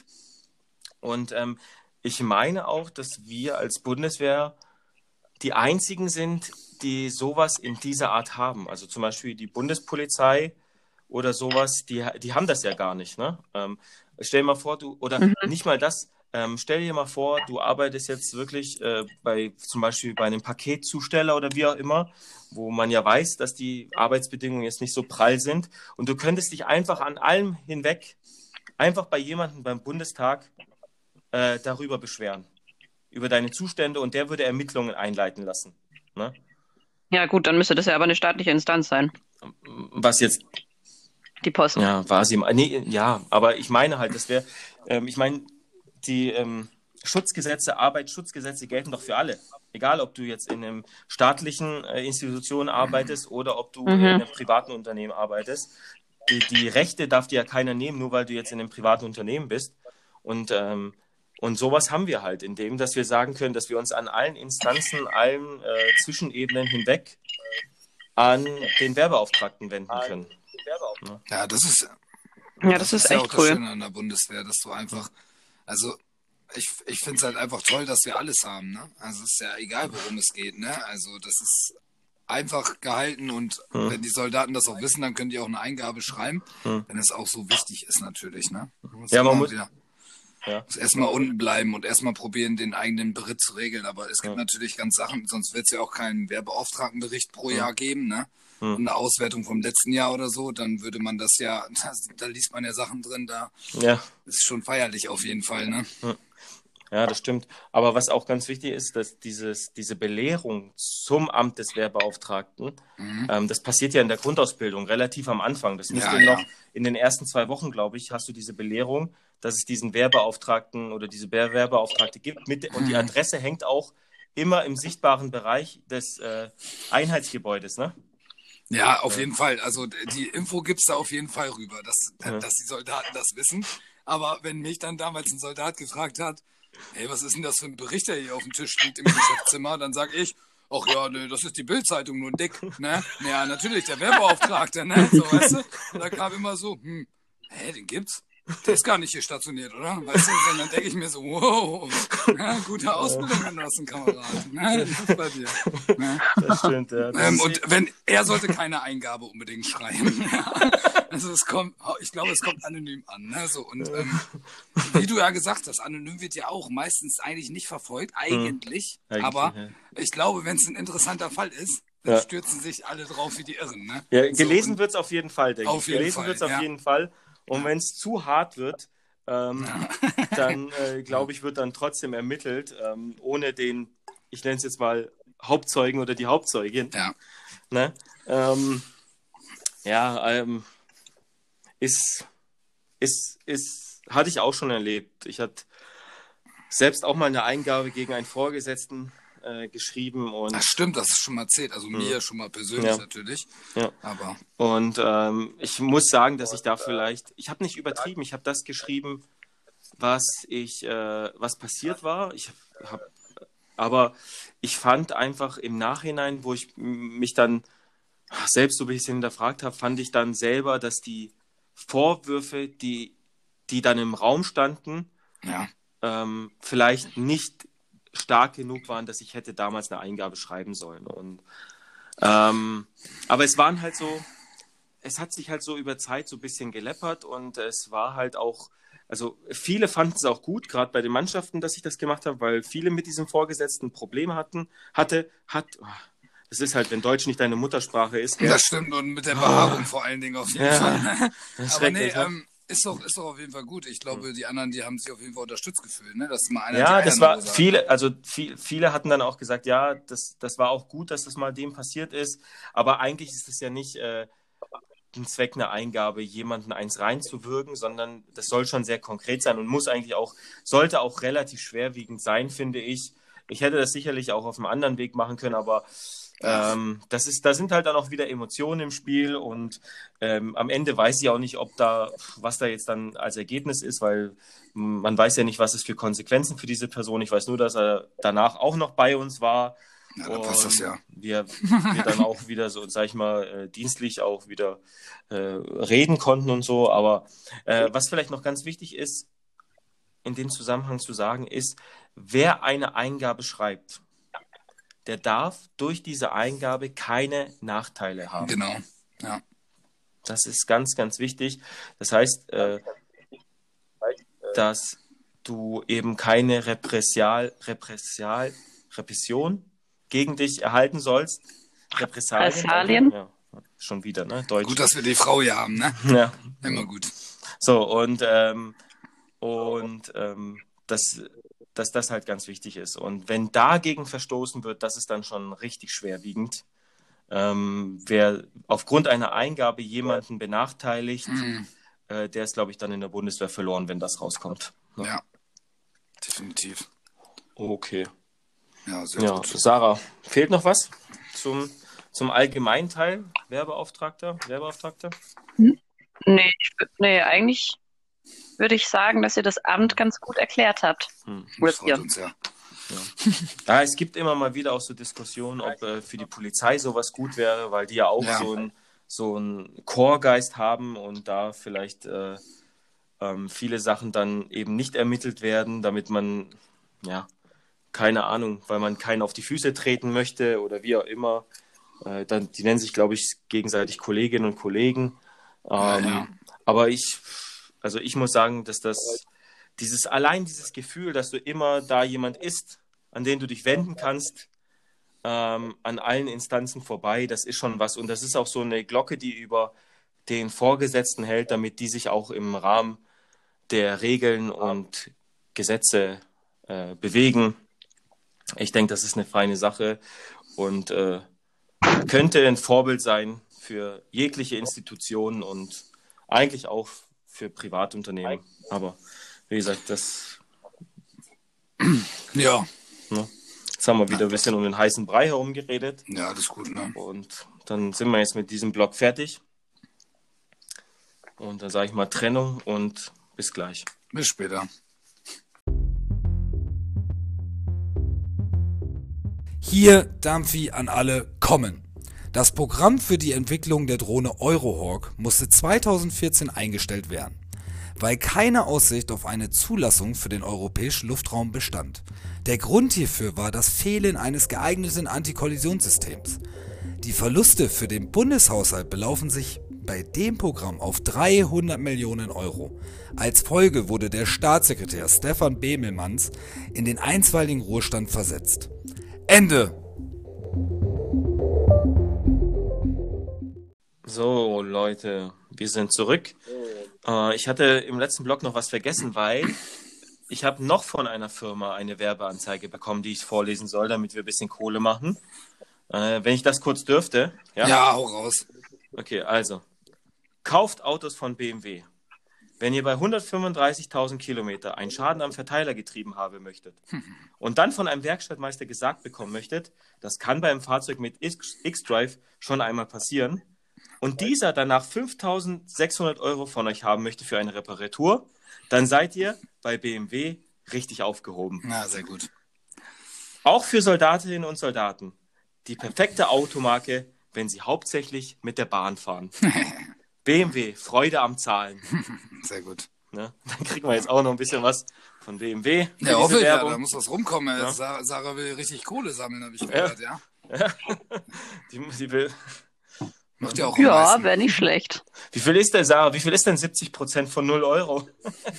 Und ähm, ich meine auch, dass wir als Bundeswehr die einzigen sind, die sowas in dieser Art haben. Also zum Beispiel die Bundespolizei oder sowas, die, die haben das ja gar nicht. Ne? Ähm, stell dir mal vor, du, oder Mhm. nicht mal das, ähm, stell dir mal vor, du arbeitest jetzt wirklich äh, bei zum Beispiel bei einem Paketzusteller oder wie auch immer, wo man ja weiß, dass die Arbeitsbedingungen jetzt nicht so prall sind und du könntest dich einfach an allem hinweg einfach bei jemandem beim Bundestag äh, darüber beschweren, über deine Zustände und der würde Ermittlungen einleiten lassen. Ne? Ja, gut, dann müsste das ja aber eine staatliche Instanz sein, Was jetzt, die Post. ja, war sie, nee, ja, aber ich meine halt, das wäre, ähm, ich meine, die ähm, Schutzgesetze, Arbeitsschutzgesetze gelten doch für alle. Egal, ob du jetzt in einem staatlichen äh, Institution arbeitest oder ob du Mhm. in einem privaten Unternehmen arbeitest. Die, die Rechte darf dir ja keiner nehmen, nur weil du jetzt in einem privaten Unternehmen bist. Und, ähm, und sowas haben wir halt, indem, dass wir sagen können, dass wir uns an allen Instanzen, allen äh, Zwischenebenen hinweg an den Werbeauftragten wenden können. Ne? Ja, das ist, Ja, das ist ja echt auch das cool. Schöne an der Bundeswehr, dass du einfach, also ich, ich finde es halt einfach toll, dass wir alles haben, ne? Also es ist ja egal, worum es geht, ne? Also das ist einfach gehalten und Hm. wenn die Soldaten das auch wissen, dann können die auch eine Eingabe schreiben, Hm. wenn es auch so wichtig ist natürlich, ne? Muss Ja, man immer muss- wieder- Ja. Muss erstmal unten bleiben und erstmal probieren, den eigenen Bericht zu regeln. Aber es gibt Ja. natürlich ganz Sachen, sonst wird es ja auch keinen Werbeauftragtenbericht pro Jahr geben, ne? Hm. Und eine Auswertung vom letzten Jahr oder so, dann würde man das ja, da, da liest man ja Sachen drin, da Ja. ist schon feierlich auf jeden Fall, ne? Ja, das stimmt. Aber was auch ganz wichtig ist, dass dieses, diese Belehrung zum Amt des Wehrbeauftragten, Mhm. ähm, das passiert ja in der Grundausbildung relativ am Anfang. Das müsste Ja, ja. noch in den ersten zwei Wochen, glaube ich, hast du diese Belehrung, dass es diesen Wehrbeauftragten oder diese Wehr- Wehrbeauftragte gibt. Mit, und die Mhm. Adresse hängt auch immer im sichtbaren Bereich des äh, Einheitsgebäudes, ne? Ja, auf Ja. jeden Fall. Also die Info gibt's da auf jeden Fall rüber, dass, Ja. dass die Soldaten das wissen. Aber wenn mich dann damals ein Soldat gefragt hat, hey, was ist denn das für ein Bericht, der hier auf dem Tisch liegt im Geschäftszimmer, dann sag ich, ach ja, ne, das ist die Bild-Zeitung, nur dick, ne? Ja, natürlich, der Wehrbeauftragte, ne? So, weißt du? Und da kam immer so, hm, hä, den gibt's? Der ist gar nicht hier stationiert, oder? Weißt du, und dann denke ich mir so, wow, ja, gute Ausbildung genossen, Kamerad. Ne? Das ist bei dir. Ne? Das stimmt, ja. Das Ähm, ist und wenn, er sollte keine Eingabe unbedingt schreiben. Ja. Also es kommt, ich glaube, es kommt anonym an. Ne? So, und ähm, wie du ja gesagt hast, anonym wird ja auch meistens eigentlich nicht verfolgt, eigentlich. Eigentlich, aber ja. ich glaube, wenn es ein interessanter Fall ist, dann Ja. stürzen sich alle drauf wie die Irren. Ne? Ja, gelesen so, wird es auf jeden Fall, denke auf ich. jeden Gelesen Fall, wird es auf ja. jeden Fall. Und wenn es zu hart wird, ähm, dann äh, glaube ich, wird dann trotzdem ermittelt, ähm, ohne den, ich nenne es jetzt mal Hauptzeugen oder die Hauptzeugin. Ja. Ne? Ähm, ja, ähm, ist, ist, ist, hatte ich auch schon erlebt. Ich hatte selbst auch mal eine Eingabe gegen einen Vorgesetzten äh, geschrieben und Das stimmt, das ist schon mal erzählt. Also mir schon mal persönlich Ja. natürlich. Ja. Aber Und ähm, ich muss sagen, dass ich da vielleicht, ich habe nicht übertrieben, ich habe das geschrieben, was ich, äh, was passiert war. Ich hab, aber ich fand einfach im Nachhinein, wo ich m- mich dann selbst so ein bisschen hinterfragt habe, fand ich dann selber, dass die Vorwürfe, die, die dann im Raum standen, ja, ähm, vielleicht nicht stark genug waren, dass ich hätte damals eine Eingabe schreiben sollen. Und ähm, aber es waren halt so, es hat sich halt so über Zeit so ein bisschen geleppert und es war halt auch, also viele fanden es auch gut, gerade bei den Mannschaften, dass ich das gemacht habe, weil viele mit diesem Vorgesetzten Probleme hatten, hatte, hat, das ist halt, wenn Deutsch nicht deine Muttersprache ist, gell? das stimmt. Und mit der Behaarung vor allen Dingen auf jeden Ja, Fall. das ist Aber nee, schrecklich, ne? ähm, ist doch, ist doch auf jeden Fall gut. Ich glaube, die anderen, die haben sich auf jeden Fall unterstützt gefühlt, ne? Dass mal einer Ja, die das Eier war nur sagt. viele, also viel, viele hatten dann auch gesagt, ja, das, das war auch gut, dass das mal dem passiert ist, aber eigentlich ist es ja nicht äh, ein Zweck einer Eingabe, jemanden eins reinzuwürgen, sondern das soll schon sehr konkret sein und muss eigentlich auch, sollte auch relativ schwerwiegend sein, finde ich. Ich hätte das sicherlich auch auf einem anderen Weg machen können, aber ähm, das ist, da sind halt dann auch wieder Emotionen im Spiel und ähm, am Ende weiß ich auch nicht, ob da, was da jetzt dann als Ergebnis ist, weil mh, man weiß ja nicht, was es für Konsequenzen für diese Person. Ich weiß nur, dass er danach auch noch bei uns war. Ja, dann passt das ja. Wir, wir dann auch wieder so, sag ich mal, äh, dienstlich auch wieder äh, reden konnten und so. Aber äh, was vielleicht noch ganz wichtig ist, in dem Zusammenhang zu sagen, ist, wer eine Eingabe schreibt, der darf durch diese Eingabe keine Nachteile haben. Genau. Ja. Das ist ganz, ganz wichtig. Das heißt, äh, dass du eben keine Repressial, Repressial, Repression gegen dich erhalten sollst. Repressalien. Repressalien? Ja, schon wieder, ne? Deutsch. Gut, dass wir die Frau hier haben, ne? Ja. Immer gut. So, und, ähm, und ähm, das, dass das halt ganz wichtig ist. Und wenn dagegen verstoßen wird, das ist dann schon richtig schwerwiegend. Ähm, wer aufgrund einer Eingabe jemanden benachteiligt, Mhm. äh, der ist, glaube ich, dann in der Bundeswehr verloren, wenn das rauskommt. Ja. Ja. Definitiv. Okay. Ja, sehr Ja, gut. Sarah, fehlt noch was zum, zum Allgemeinteil? Werbeauftragter? Werbeauftragter? Nee, ich, wür- nee, eigentlich würde ich sagen, dass ihr das Amt ganz gut erklärt habt. Hm. Oder Das freut ihr. uns ja. Ja, es gibt immer mal wieder auch so Diskussionen, ob äh, für die Polizei sowas gut wäre, weil die ja auch Ja. so einen so einen Chorgeist haben und da vielleicht äh, ähm, viele Sachen dann eben nicht ermittelt werden, damit man, ja, keine Ahnung, weil man keinen auf die Füße treten möchte oder wie auch immer. Äh, dann, die nennen sich, glaube ich, gegenseitig Kolleginnen und Kollegen. Ähm, Ja, ja. Aber ich, also ich muss sagen, dass das, dieses, allein dieses Gefühl, dass du immer da jemand ist, an den du dich wenden kannst, ähm, an allen Instanzen vorbei, das ist schon was. Und das ist auch so eine Glocke, die über den Vorgesetzten hält, damit die sich auch im Rahmen der Regeln und Gesetze äh, bewegen. Ich denke, das ist eine feine Sache und äh, könnte ein Vorbild sein für jegliche Institutionen und eigentlich auch für Privatunternehmen. Aber wie gesagt, das... Ja. Ne? Jetzt haben wir wieder ein bisschen um den heißen Brei herumgeredet. Ja, das ist gut, ne? Und dann sind wir jetzt mit diesem Blog fertig. Und dann sage ich mal Trennung und bis gleich. Bis später. Hier, Dampfi, an alle kommen. Das Programm für die Entwicklung der Drohne Eurohawk musste zweitausendvierzehn eingestellt werden, weil keine Aussicht auf eine Zulassung für den europäischen Luftraum bestand. Der Grund hierfür war das Fehlen eines geeigneten Antikollissionssystems. Die Verluste für den Bundeshaushalt belaufen sich bei dem Programm auf dreihundert Millionen Euro. Als Folge wurde der Staatssekretär Stefan Bemelmans in den einstweiligen Ruhestand versetzt. Ende! So, Leute, wir sind zurück. Äh, ich hatte im letzten Blog noch was vergessen, weil ich habe noch von einer Firma eine Werbeanzeige bekommen, die ich vorlesen soll, damit wir ein bisschen Kohle machen. Äh, wenn ich das kurz dürfte. Ja, Ja, hau raus. Okay, also. Kauft Autos von B M W. Wenn ihr bei hundertfünfunddreißigtausend Kilometer einen Schaden am Verteilergetriebe haben möchtet und dann von einem Werkstattmeister gesagt bekommen möchtet, das kann bei einem Fahrzeug mit X- X-Drive schon einmal passieren, und dieser danach fünftausendsechshundert Euro von euch haben möchte für eine Reparatur, dann seid ihr bei B M W richtig aufgehoben. Na, sehr gut. Auch für Soldatinnen und Soldaten. Die perfekte Automarke, wenn sie hauptsächlich mit der Bahn fahren. B M W, Freude am Zahlen. Sehr gut. Ne? Dann kriegen wir jetzt auch noch ein bisschen was von B M W. für Ja, diese hoffe ich, ja, Werbung. da muss was rumkommen. Ja. Sarah, Sarah will richtig Kohle sammeln, habe ich gehört, ja? Die, die will, Macht ja auch am Ja, meisten. wäre nicht schlecht. wie viel ist denn, Sarah, wie viel ist denn siebzig Prozent von null Euro?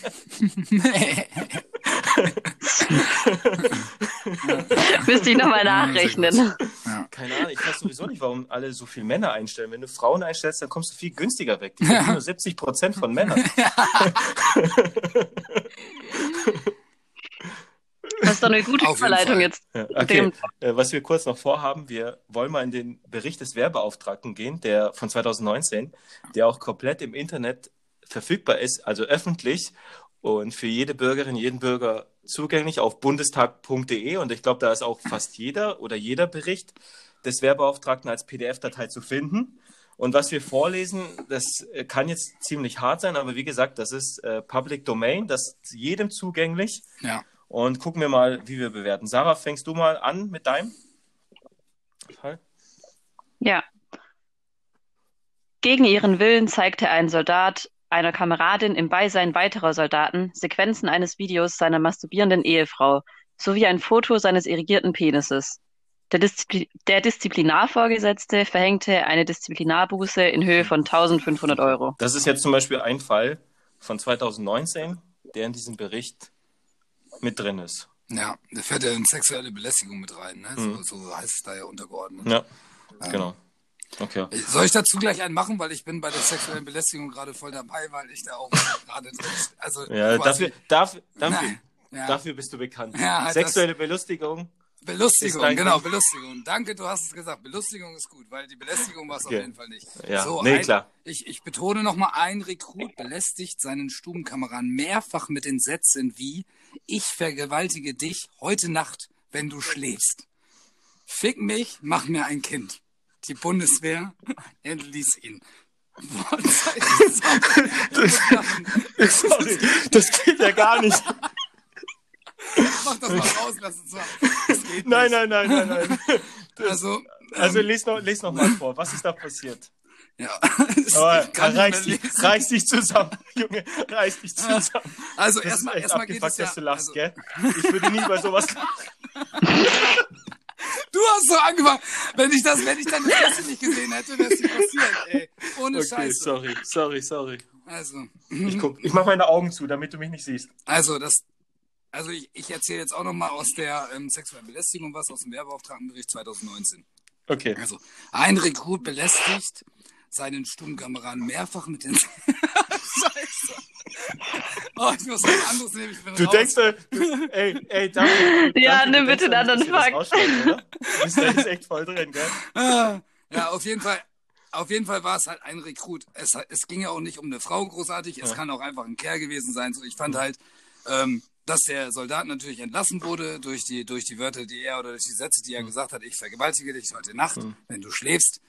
Müsste ich nochmal Ja, sehr nachrechnen. Keine Ahnung, ich weiß sowieso nicht, warum alle so viel Männer einstellen. Wenn du Frauen einstellst, dann kommst du viel günstiger weg. Die verdienen nur siebzig Prozent von Männern. Das ist doch eine gute Auf jeden Überleitung Fall. jetzt. Ja, Dem- okay, äh, was wir kurz noch vorhaben, wir wollen mal in den Bericht des Wehrbeauftragten gehen, der von zweitausendneunzehn, der auch komplett im Internet verfügbar ist, also öffentlich und für jede Bürgerin, jeden Bürger zugänglich auf bundestag punkt de, und ich glaube, da ist auch fast jeder oder jeder Bericht des Wehrbeauftragten als P D F-Datei zu finden. Und was wir vorlesen, das äh, kann jetzt ziemlich hart sein, aber wie gesagt, das ist äh, Public Domain, das ist jedem zugänglich. Ja. Und gucken wir mal, wie wir bewerten. Sarah, fängst du mal an mit deinem Fall? Ja. Gegen ihren Willen zeigte ein Soldat einer Kameradin im Beisein weiterer Soldaten Sequenzen eines Videos seiner masturbierenden Ehefrau sowie ein Foto seines irrigierten Penises. Der, Diszipli- der Disziplinarvorgesetzte verhängte eine Disziplinarbuße in Höhe von eintausendfünfhundert Euro. Das ist jetzt zum Beispiel ein Fall von zweitausendneunzehn, der in diesem Bericht mit drin ist. Ja, da fährt ja eine sexuelle Belästigung mit rein, ne? Mhm. So, so heißt es da ja untergeordnet. Ja, Ähm, genau. Okay. Soll ich dazu gleich einen machen, weil ich bin bei der sexuellen Belästigung gerade voll dabei, weil ich da auch gerade drin also Ja, quasi- dafür, dafür, dafür, Nein, ja. dafür bist du bekannt. Ja, das- Sexuelle Belustigung. Belustigung, ist dein genau, Ding. Belustigung. Danke, du hast es gesagt. Belustigung ist gut, weil die Belästigung war es Okay. auf jeden Fall nicht. Ja, so, nee, ein, klar. Ich, ich betone nochmal, ein Rekrut belästigt seinen Stubenkameraden mehrfach mit den Sätzen wie: Ich vergewaltige dich heute Nacht, wenn du schläfst. Fick mich, mach mir ein Kind. Die Bundeswehr entließ ihn. Boah, Das, sorry, das geht ja gar nicht. Mach das mal raus, lass uns mal. Das geht Nein, nicht. nein, nein, nein, nein. Also, Also ähm, les noch, les noch mal vor. Was ist da passiert? ja. Aber Ich kann nicht reiß, mehr dich, lesen. reiß dich zusammen, Junge. Reiß dich zusammen. Also Das erstmal ist echt erstmal geht es abgefuckt, ja. dass du lachst, Also, gell? Ich würde nie bei sowas lachen. du hast so angefangen. Wenn ich das, wenn ich deine Fresse nicht gesehen hätte, wäre es nicht passiert, ey. Ohne Okay, Scheiße. sorry, sorry, sorry. Also, Ich guck, ich mache meine Augen zu, damit du mich nicht siehst. Also, das, also ich, ich erzähle jetzt auch nochmal aus der ähm, sexuellen Belästigung was aus dem Wehrbeauftragtenbericht zwanzig neunzehn. Okay. Also, ein Rekrut belästigt seinen Sturmkameraden mehrfach mit den... Scheiße. Oh, ich muss was anderes nehmen, ich bin Du raus. denkst, äh, du, ey, ey, danke. Ja, danke, nimm du bitte denkst den doch nicht, anderen dass wir das Fakt. rausschneiden, oder? Du bist da jetzt echt voll drin, gell? Ah, Ja, auf jeden Fall... Auf jeden Fall war es halt ein Rekrut. Es, es ging ja auch nicht um eine Frau großartig, es Ja. kann auch einfach ein Kerl gewesen sein. So, ich fand halt, ähm, dass der Soldat natürlich entlassen wurde durch die, durch die Wörter, die er oder durch die Sätze, die er gesagt hat. Ich vergewaltige dich heute Nacht, wenn du schläfst.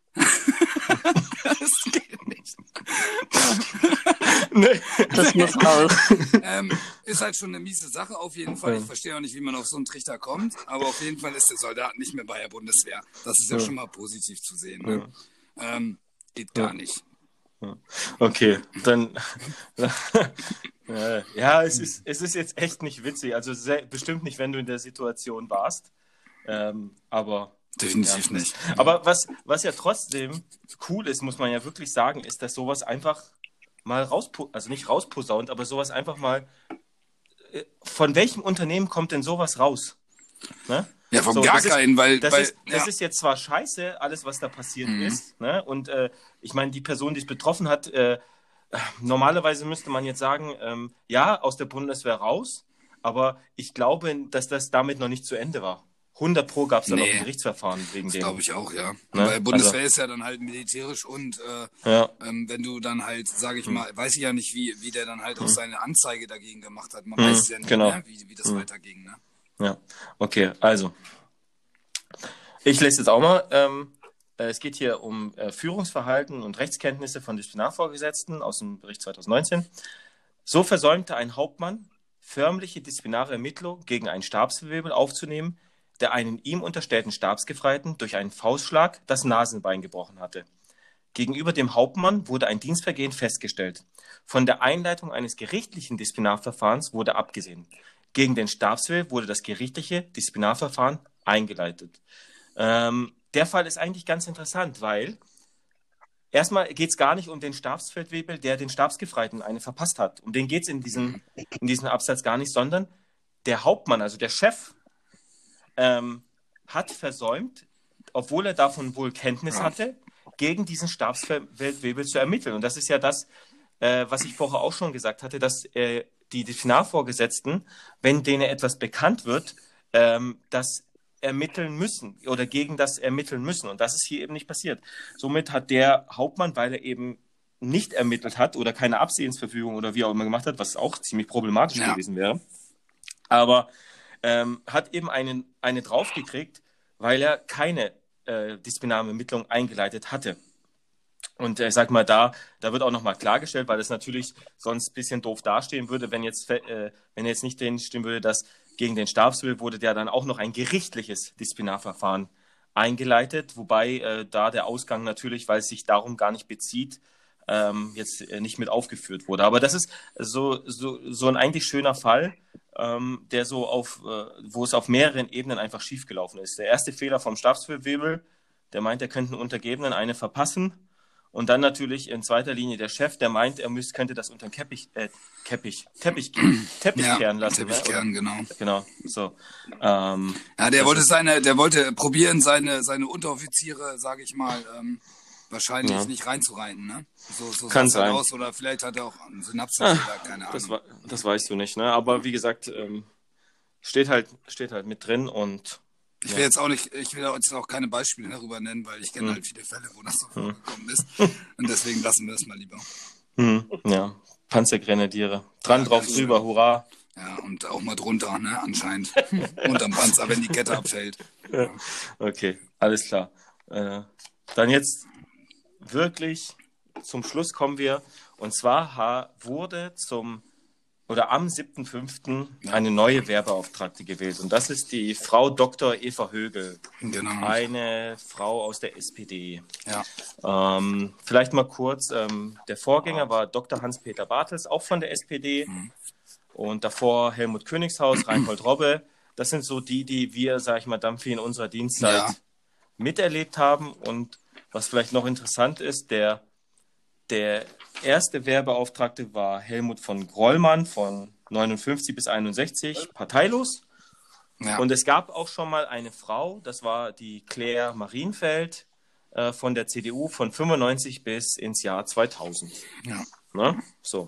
Das geht nicht. Nee. Das muss raus. Ähm, ist halt schon eine miese Sache auf jeden Fall. Ich verstehe auch nicht, wie man auf so einen Trichter kommt, aber auf jeden Fall ist der Soldat nicht mehr bei der Bundeswehr. Das ist ja, schon mal positiv zu sehen. Ne? Ähm, geht gar nicht. Okay, dann. äh, ja, es ist, es ist jetzt echt nicht witzig. Also sehr, bestimmt nicht, wenn du in der Situation warst. Ähm, aber. Definitiv ja. nicht. Aber was, was ja trotzdem cool ist, muss man ja wirklich sagen, ist, dass sowas einfach mal raus, also nicht rausposaunt, aber sowas einfach mal. äh, Von welchem Unternehmen kommt denn sowas raus? Ne? Ja, vom So, gar das ist- keinen, weil, Das, weil ist, das ja. ist jetzt zwar scheiße, alles, was da passiert Mhm. ist. Ne? Und äh, ich meine, die Person, die es betroffen hat, äh, normalerweise müsste man jetzt sagen, ähm, ja, aus der Bundeswehr raus. Aber ich glaube, dass das damit noch nicht zu Ende war. hundert Pro gab es da noch Nee. ein Gerichtsverfahren wegen Das dem. glaube ich auch, ja. Ne? Weil Bundeswehr Also- ist ja dann halt militärisch und äh, Ja. ähm, wenn du dann halt, sage ich mal, weiß ich ja nicht, wie, wie der dann halt auch seine Anzeige dagegen gemacht hat. Man Mhm, weiß es ja nicht, genau. ne? wie, wie das weiterging. Ne? Ja, okay, also. Ich lese jetzt auch mal. Ähm, äh, es geht hier um äh, Führungsverhalten und Rechtskenntnisse von Disziplinarvorgesetzten aus dem Bericht zwanzig neunzehn. So versäumte ein Hauptmann, förmliche disziplinare Ermittlung gegen einen Stabswirbel aufzunehmen, der einen ihm unterstellten Stabsgefreiten durch einen Faustschlag das Nasenbein gebrochen hatte. Gegenüber dem Hauptmann wurde ein Dienstvergehen festgestellt. Von der Einleitung eines gerichtlichen Disziplinarverfahrens wurde abgesehen. Gegen den Stabswirbel wurde das gerichtliche Disziplinarverfahren eingeleitet. Ähm, der Fall ist eigentlich ganz interessant, weil erstmal geht es gar nicht um den Stabsfeldwebel, der den Stabsgefreiten eine verpasst hat. Um den geht es in diesem, in diesem Absatz gar nicht, sondern der Hauptmann, also der Chef, ähm, hat versäumt, obwohl er davon wohl Kenntnis Ja. hatte, gegen diesen Stabsfeldwebel zu ermitteln. Und das ist ja das, äh, was ich vorher auch schon gesagt hatte, dass äh, die Disziplinarvorgesetzten, wenn denen etwas bekannt wird, ähm, das ermitteln müssen oder gegen das ermitteln müssen. Und das ist hier eben nicht passiert. Somit hat der Hauptmann, weil er eben nicht ermittelt hat oder keine Absehensverfügung oder wie auch immer gemacht hat, was auch ziemlich problematisch Ja. gewesen wäre, aber ähm, hat eben einen, eine draufgekriegt, weil er keine äh, Disziplinarermittlung eingeleitet hatte. Und ich äh, sag mal, da, da wird auch nochmal klargestellt, weil das natürlich sonst ein bisschen doof dastehen würde, wenn jetzt, äh, wenn jetzt nicht drin stehen würde, dass gegen den Stabswirbel wurde ja dann auch noch ein gerichtliches Disziplinarverfahren eingeleitet, wobei äh, da der Ausgang natürlich, weil es sich darum gar nicht bezieht, ähm, jetzt äh, nicht mit aufgeführt wurde. Aber das ist so, so, so ein eigentlich schöner Fall, ähm, der so auf, äh, wo es auf mehreren Ebenen einfach schiefgelaufen ist. Der erste Fehler vom Stabswirbel, der meint, er könnte einen Untergebenen eine verpassen. Und dann natürlich in zweiter Linie der Chef, der meint, er müsste, könnte das unter den Keppich, äh, Keppich, Teppich, Teppich Ja, kehren lassen. Teppich ne? kehren, Oder- genau. Genau, so. Ähm, Ja, der Das wollte ist- seine, der wollte probieren, seine, seine Unteroffiziere, sage ich mal, ähm, wahrscheinlich Ja. nicht reinzureiten, ne? So, so Kann sah's halt sein. aus, oder vielleicht hat er auch einen Synapsenfehler, keine Ahnung. das, wa- das weißt du nicht, ne? Aber wie gesagt, ähm, steht halt, steht halt mit drin und Ich will jetzt auch nicht, ich will jetzt auch keine Beispiele darüber nennen, weil ich kenne Hm. halt viele Fälle, wo das so vorgekommen ist. Und deswegen lassen wir es mal lieber. hm, ja, Panzergrenadiere. Dran Ja, drauf ganz drüber, hurra. Ja, und auch mal drunter, ne, anscheinend. Unterm Panzer, wenn die Kette abfällt. Okay, alles klar. Äh, dann jetzt wirklich zum Schluss kommen wir. Und zwar ha, wurde zum oder am siebten fünften eine neue Wehrbeauftragte gewählt. Und das ist die Frau Doktor Eva Högel, Genau. eine Frau aus der S P D. Ja. Ähm, vielleicht mal kurz, ähm, der Vorgänger war Doktor Hans-Peter Bartels, auch von der S P D. Und davor Helmut Königshaus, Reinhold Robbe. Das sind so die, die wir, sag ich mal, Dampfi in unserer Dienstzeit Ja. miterlebt haben. Und was vielleicht noch interessant ist, der der erste Wehrbeauftragte war Helmut von Grollmann von neunundfünfzig bis einundsechzig, parteilos. Ja. Und es gab auch schon mal eine Frau, das war die Claire Marienfeld äh, von der C D U von fünfundneunzig bis ins Jahr zweitausend. Ja. Ne? So.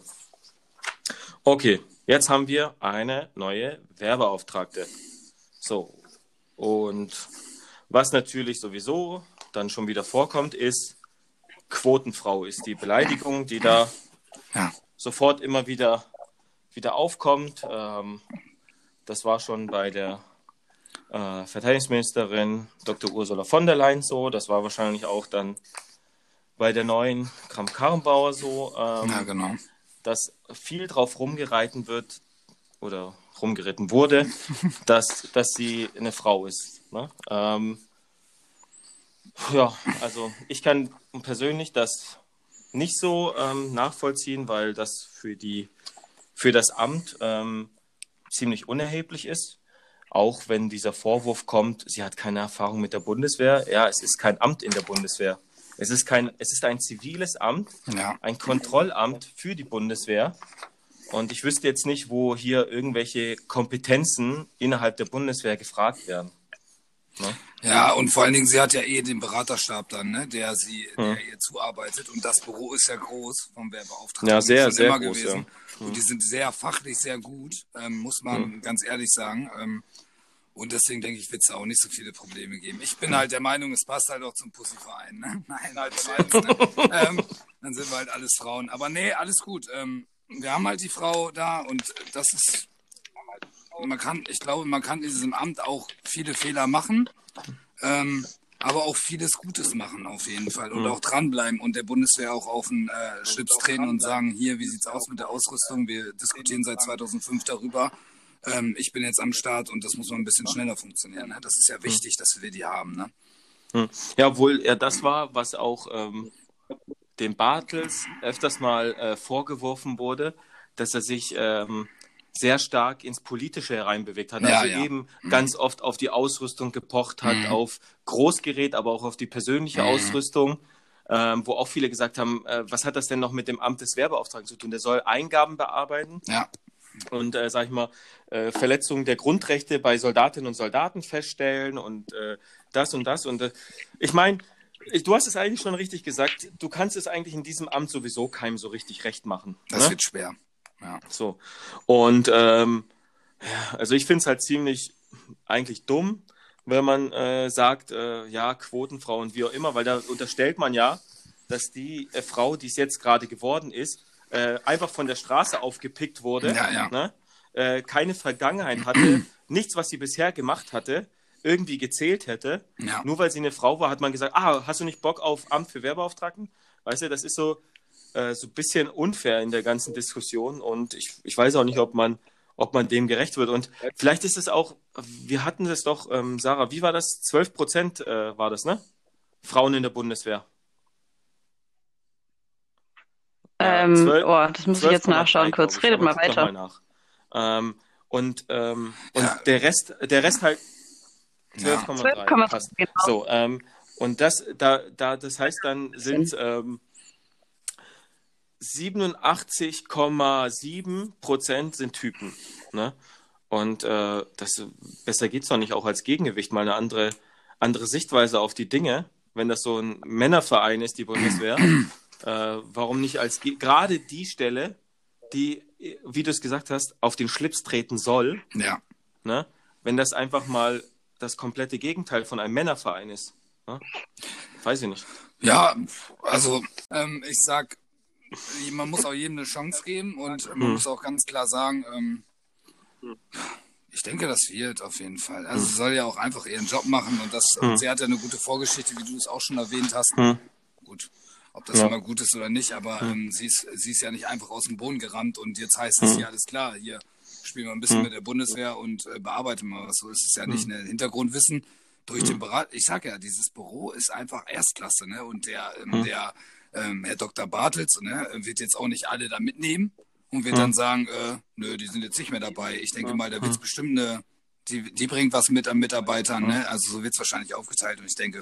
Okay, jetzt haben wir eine neue Wehrbeauftragte. So. Und was natürlich sowieso dann schon wieder vorkommt, ist Quotenfrau, ist die Beleidigung, die da ja. sofort immer wieder, wieder aufkommt. Ähm, Das war schon bei der äh, Verteidigungsministerin Doktor Ursula von der Leyen so. Das war wahrscheinlich auch dann bei der neuen Kramp-Karrenbauer so, ähm, ja, genau. dass viel drauf rumgereiten wird oder rumgeritten wurde, dass, dass sie eine Frau ist. Ne? Ähm, ja, also ich kann persönlich das nicht so ähm, nachvollziehen, weil das für, die, für das Amt ähm, ziemlich unerheblich ist, auch wenn dieser Vorwurf kommt, sie hat keine Erfahrung mit der Bundeswehr. Ja, es ist kein Amt in der Bundeswehr. Es ist, kein, es ist ein ziviles Amt, ja. ein Kontrollamt für die Bundeswehr. Und ich wüsste jetzt nicht, wo hier irgendwelche Kompetenzen innerhalb der Bundeswehr gefragt werden. Ne? Ja, und vor allen Dingen, sie hat ja eh den Beraterstab dann, ne, der sie, hm. der ihr zuarbeitet. Und das Büro ist ja groß vom Wehrbeauftragten. Ja, sehr, sehr immer groß, gewesen. Ja. Hm. Und die sind sehr fachlich sehr gut, ähm, muss man hm. ganz ehrlich sagen. Ähm, und deswegen denke ich, wird es auch nicht so viele Probleme geben. Ich bin halt der Meinung, es passt halt auch zum Pussyverein. Ne? Nein, halt Scheiß, ne? ähm, dann sind wir halt alles Frauen. Aber nee, alles gut. Ähm, wir haben halt die Frau da und das ist, man kann, ich glaube, man kann in diesem Amt auch viele Fehler machen. Ähm, aber auch vieles Gutes machen auf jeden Fall und mhm. auch dranbleiben und der Bundeswehr auch auf den äh, Schlips treten und sagen, hier, wie sieht's aus mit der Ausrüstung? Wir diskutieren seit zweitausendfünf darüber. Ähm, ich bin jetzt am Start und das muss noch ein bisschen schneller funktionieren. Ne? Das ist ja wichtig, dass wir die haben. Ne? Ja, obwohl er das war, was auch ähm, dem Bartels öfters mal äh, vorgeworfen wurde, dass er sich ähm, sehr stark ins Politische hereinbewegt hat. Ja, also ja. eben mhm. ganz oft auf die Ausrüstung gepocht hat, mhm. auf Großgerät, aber auch auf die persönliche mhm. Ausrüstung, ähm, wo auch viele gesagt haben, äh, was hat das denn noch mit dem Amt des Wehrbeauftragten zu tun? Der soll Eingaben bearbeiten ja. und, äh, sag ich mal, äh, Verletzungen der Grundrechte bei Soldatinnen und Soldaten feststellen und äh, das und das. Und äh, ich meine, du hast es eigentlich schon richtig gesagt, du kannst es eigentlich in diesem Amt sowieso keinem so richtig recht machen. Das ne? wird schwer. Ja. So. Und ähm, ja, also ich finde es halt ziemlich eigentlich dumm, wenn man äh, sagt, äh, ja, Quotenfrau und wie auch immer, weil da unterstellt man ja, dass die äh, Frau, die es jetzt gerade geworden ist, äh, einfach von der Straße aufgepickt wurde, ja, ja. Ne? Äh, keine Vergangenheit hatte, nichts, was sie bisher gemacht hatte, irgendwie gezählt hätte. Ja. Nur weil sie eine Frau war, hat man gesagt, ah, hast du nicht Bock auf Amt für Wehrbeauftragten? Weißt du, das ist so, äh, so ein bisschen unfair in der ganzen Diskussion und ich, ich weiß auch nicht, ob man, ob man dem gerecht wird. Und vielleicht ist es auch, wir hatten das doch, ähm, Sarah, wie war das? zwölf Prozent äh, war das, ne? Frauen in der Bundeswehr. Ähm, zwölf, oh, das muss ich jetzt nachschauen, kurz. Redet mal weiter. Mal nach. Ähm, und ähm, und ja. der Rest, der Rest halt zwölf Komma drei. Ja. Genau. So, ähm, und das, da, da, das heißt, dann sind ähm, siebenundachtzig Komma sieben Prozent sind Typen. Ne? Und äh, das, besser geht es doch nicht, auch als Gegengewicht mal eine andere, andere Sichtweise auf die Dinge, wenn das so ein Männerverein ist, die Bundeswehr. äh, warum nicht als Ge- gerade die Stelle, die, wie du es gesagt hast, auf den Schlips treten soll, ja. ne? Wenn das einfach mal das komplette Gegenteil von einem Männerverein ist. Ne? Weiß ich nicht. Ja, also ähm, ich sag, man muss auch jedem eine Chance geben und man hm. muss auch ganz klar sagen, ähm, ich denke, das wird auf jeden Fall. Also hm. sie soll ja auch einfach ihren Job machen und das. Hm. Und sie hat ja eine gute Vorgeschichte, wie du es auch schon erwähnt hast. Hm. Gut, ob das ja. immer gut ist oder nicht, aber hm. ähm, sie, ist, sie ist ja nicht einfach aus dem Boden gerammt und jetzt heißt es hm. ja, alles klar, hier spielen wir ein bisschen hm. mit der Bundeswehr und äh, bearbeiten mal was. So ist es ja nicht. Hm. Ne? Hintergrundwissen durch hm. den Berat. Ich sag ja, dieses Büro ist einfach Erstklasse, ne? Und der, ähm, hm. der ähm, Herr Doktor Bartels, ne, wird jetzt auch nicht alle da mitnehmen und wird hm. dann sagen, äh, nö, die sind jetzt nicht mehr dabei. Ich denke hm. mal, da wird es bestimmt eine, die, die bringt was mit an Mitarbeitern, ne? Also so wird es wahrscheinlich aufgeteilt und ich denke,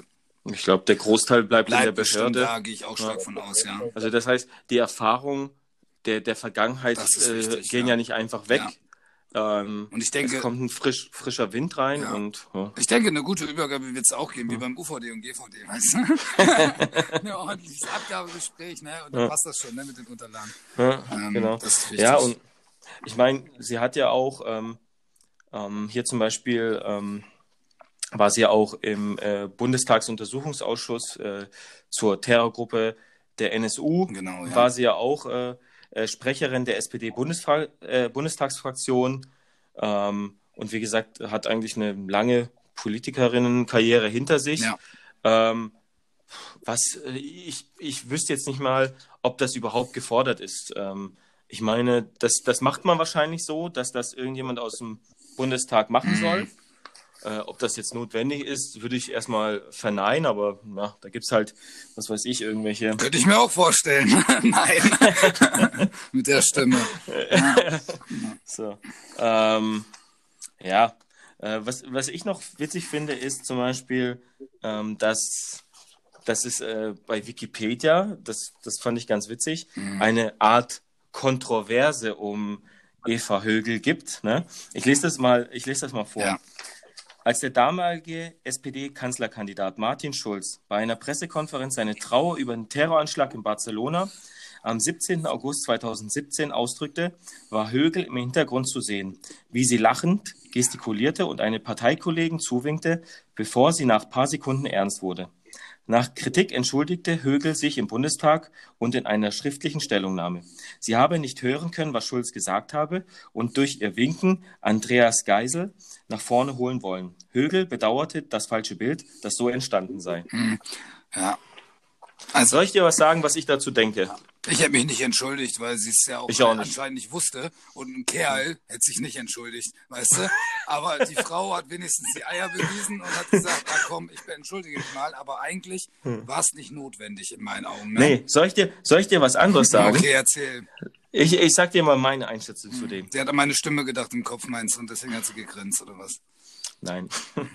Ich glaube, der Großteil bleibt, bleibt in der bestimmt, Behörde. Da gehe ich auch stark ja. von aus, ja. Also das heißt, die Erfahrung der, der Vergangenheit äh, gehen ja. ja nicht einfach weg. Ja. Ähm, und ich denke, es kommt ein frisch, frischer Wind rein. Ja. Und, ja. Ich denke, eine gute Übergabe wird es auch geben, wie beim U V D und G V D, weißt du? Ein ordentliches Abgabegespräch, ne? Und dann ja. passt das schon, ne, mit den Unterlagen. Ja, ähm, genau. Das ist wichtig. Ja, und ich meine, sie hat ja auch ähm, ähm, hier zum Beispiel ähm, war sie ja auch im äh, Bundestagsuntersuchungsausschuss äh, zur Terrorgruppe der N S U. Genau, ja. War sie ja auch äh, äh, Sprecherin der S P D-Bundesfra- äh, Bundestagsfraktion. Ähm, und wie gesagt, hat eigentlich eine lange Politikerinnenkarriere hinter sich. Ja. Ähm, was äh, ich, ich wüsste jetzt nicht mal, ob das überhaupt gefordert ist. Ähm, ich meine, das, das macht man wahrscheinlich so, dass das irgendjemand aus dem Bundestag machen mhm. soll. Äh, ob das jetzt notwendig ist, würde ich erstmal verneinen, aber na, da gibt es halt, was weiß ich, irgendwelche... Könnte ich mir auch vorstellen. Nein. Mit der Stimme. Ja. So. Ähm, ja. Äh, was, was ich noch witzig finde, ist zum Beispiel, ähm, dass, dass es äh, bei Wikipedia, das, das fand ich ganz witzig, mhm. eine Art Kontroverse um Eva Högl gibt. Ne? Ich lese das mal, ich lese das mal vor. Ja. Als der damalige S P D-Kanzlerkandidat Martin Schulz bei einer Pressekonferenz seine Trauer über den Terroranschlag in Barcelona am siebzehnten August zweitausendsiebzehn ausdrückte, war Högl im Hintergrund zu sehen, wie sie lachend gestikulierte und eine Parteikollegen zuwinkte, bevor sie nach paar Sekunden ernst wurde. Nach Kritik entschuldigte Högl sich im Bundestag und in einer schriftlichen Stellungnahme. Sie habe nicht hören können, was Schulz gesagt habe und durch ihr Winken Andreas Geisel nach vorne holen wollen. Högl bedauerte das falsche Bild, das so entstanden sei. Ja. Also, soll ich dir was sagen, was ich dazu denke? Ich hätte mich nicht entschuldigt, weil sie es ja auch, auch nicht. anscheinend nicht wusste. Und ein Kerl hätte sich nicht entschuldigt, weißt du? Aber die Frau hat wenigstens die Eier bewiesen und hat gesagt, ah komm, ich entschuldige mich mal. Aber eigentlich hm. war es nicht notwendig in meinen Augen. Ne? Nee, soll ich dir, soll ich dir was anderes sagen? Okay, erzähl. Ich, ich sag dir mal meine Einschätzung hm. zu dem. Sie hat an meine Stimme gedacht im Kopf, meinst du, und deswegen hat sie gegrinst, oder was? Nein.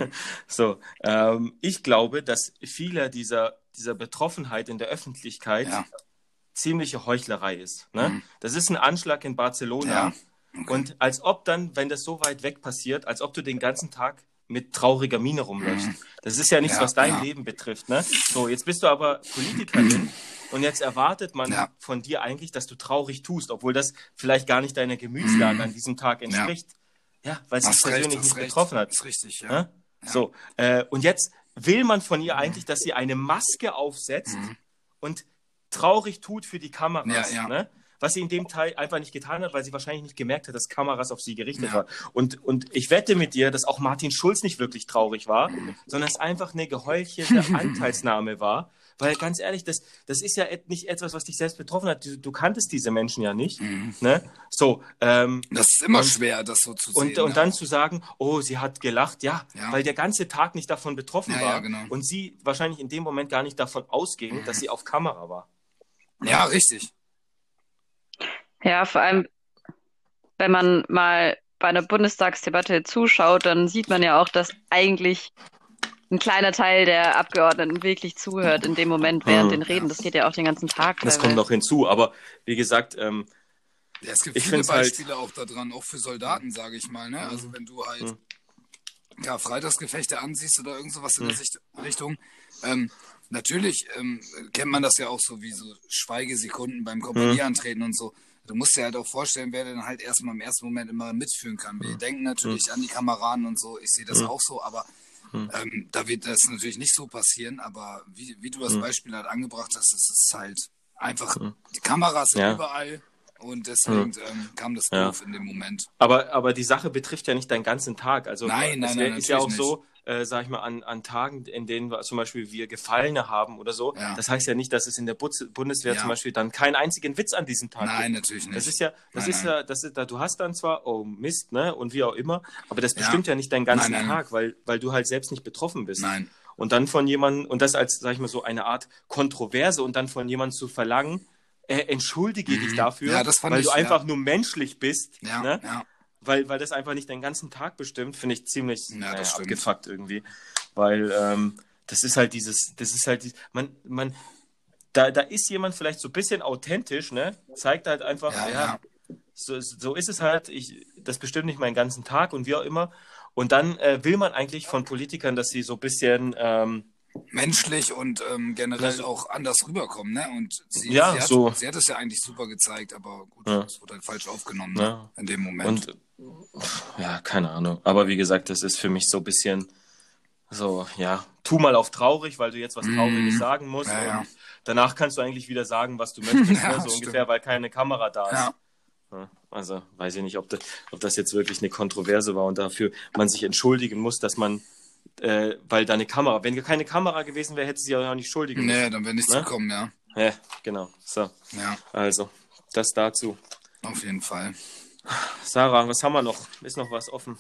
so, ähm, ich glaube, dass viele dieser, dieser Betroffenheit in der Öffentlichkeit ja. ziemliche Heuchlerei ist. Ne? Mhm. Das ist ein Anschlag in Barcelona. Ja. Okay. Und als ob dann, wenn das so weit weg passiert, als ob du den ganzen Tag mit trauriger Miene rumläufst. Mhm. Das ist ja nichts, ja, was dein ja. Leben betrifft. Ne? So, jetzt bist du aber Politikerin und jetzt erwartet man ja. von dir eigentlich, dass du traurig tust, obwohl das vielleicht gar nicht deiner Gemütslage mhm. an diesem Tag entspricht. Ja. Ja, weil es dich persönlich recht, nicht recht. betroffen hat. Das ist richtig, ja. ja? ja. So, äh, und jetzt will man von ihr eigentlich, dass sie eine Maske aufsetzt mhm. und traurig tut für die Kameras. Ja, ja. Ne? Was sie in dem Teil einfach nicht getan hat, weil sie wahrscheinlich nicht gemerkt hat, dass Kameras auf sie gerichtet ja. waren. Und, und ich wette mit dir, dass auch Martin Schulz nicht wirklich traurig war, mhm. sondern es einfach eine geheuchelte Anteilsnahme war. Weil ganz ehrlich, das, das ist ja nicht etwas, was dich selbst betroffen hat. Du, du kanntest diese Menschen ja nicht. Mhm. Ne? So, ähm, das ist immer und, schwer, das so zu und, sehen. Und dann auch. zu sagen, oh, sie hat gelacht. Ja, ja. weil der ganze Tag nicht davon betroffen ja, war. Ja, genau. Und sie wahrscheinlich in dem Moment gar nicht davon ausging, mhm. dass sie auf Kamera war. Ja, richtig. Ja, vor allem, wenn man mal bei einer Bundestagsdebatte zuschaut, dann sieht man ja auch, dass eigentlich ein kleiner Teil der Abgeordneten wirklich zuhört in dem Moment während hm. den Reden. Das geht ja auch den ganzen Tag. Das teilweise. Kommt noch hinzu. Aber wie gesagt, ähm, ja, es gibt ich viele Beispiele halt... auch daran, auch für Soldaten, sage ich mal. Ne? Also wenn du halt hm. ja, Freitagsgefechte ansiehst oder irgend sowas in hm. der Richtung, ähm, natürlich ähm, kennt man das ja auch so wie so Schweigesekunden beim Kompanieantreten hm. und so. Du musst dir halt auch vorstellen, wer dann halt erstmal im ersten Moment immer mitführen kann. Wir hm. denken natürlich hm. an die Kameraden und so, ich sehe das hm. auch so, aber Hm. Ähm, da wird das natürlich nicht so passieren, aber wie, wie du das hm. Beispiel halt angebracht hast, ist es halt einfach, hm. die Kameras sind ja. überall und deswegen hm. ähm, kam das ja. doof in dem Moment. Aber, aber die Sache betrifft ja nicht deinen ganzen Tag. Also nein, nein, es nein, ist ja auch nicht. so, äh, sag ich mal, an, an Tagen, in denen wir zum Beispiel wir Gefallene haben oder so. Ja. Das heißt ja nicht, dass es in der Butz- Bundeswehr ja. zum Beispiel dann keinen einzigen Witz an diesem Tag Nein, gibt. natürlich nicht. Das ist ja, das nein, ist nein. ja, das ist, da, du hast dann zwar, oh Mist, ne, und wie auch immer, aber das bestimmt ja, ja nicht deinen ganzen nein, nein. Tag, weil, weil du halt selbst nicht betroffen bist. Nein. Und dann von jemandem, und das als, sag ich mal, so eine Art Kontroverse und dann von jemandem zu verlangen, äh, entschuldige mhm. dich dafür, ja, das fand weil ich, du einfach ja. nur menschlich bist, ja, ne? ja. Weil, weil das einfach nicht den ganzen Tag bestimmt, finde ich ziemlich ja, naja, das abgefuckt irgendwie. Weil ähm, das ist halt dieses, das ist halt, man, man, da, da ist jemand vielleicht so ein bisschen authentisch, ne? Zeigt halt einfach, Ja, ja, ja. So, so ist es halt, ich, das bestimmt nicht meinen ganzen Tag und wie auch immer. Und dann äh, will man eigentlich von Politikern, dass sie so ein bisschen, ähm, menschlich und ähm, generell Ja, so- auch anders rüberkommen, ne? Und sie, Ja, sie, hat, so. sie hat es ja eigentlich super gezeigt, aber gut, Ja. es wurde halt falsch aufgenommen, ne? Ja. In dem Moment. Und ja, keine Ahnung. Aber wie gesagt, das ist für mich so ein bisschen so, ja, tu mal auf traurig, weil du jetzt was Trauriges Mhm. sagen musst. Ja, ja. Und danach kannst du eigentlich wieder sagen, was du möchtest, Ja, ne? So stimmt. ungefähr, weil keine Kamera da ist. Ja. Ja, also weiß ich nicht, ob das, ob das jetzt wirklich eine Kontroverse war und dafür man sich entschuldigen muss, dass man, äh, weil da eine Kamera, wenn keine Kamera gewesen wäre, hätte sie ja auch nicht schuldigen müssen. Nee, dann wäre nichts Ne? gekommen, ja. Ja, genau. So, Ja, also, das dazu. auf jeden Fall. Sarah, was haben wir noch? Ist noch was offen?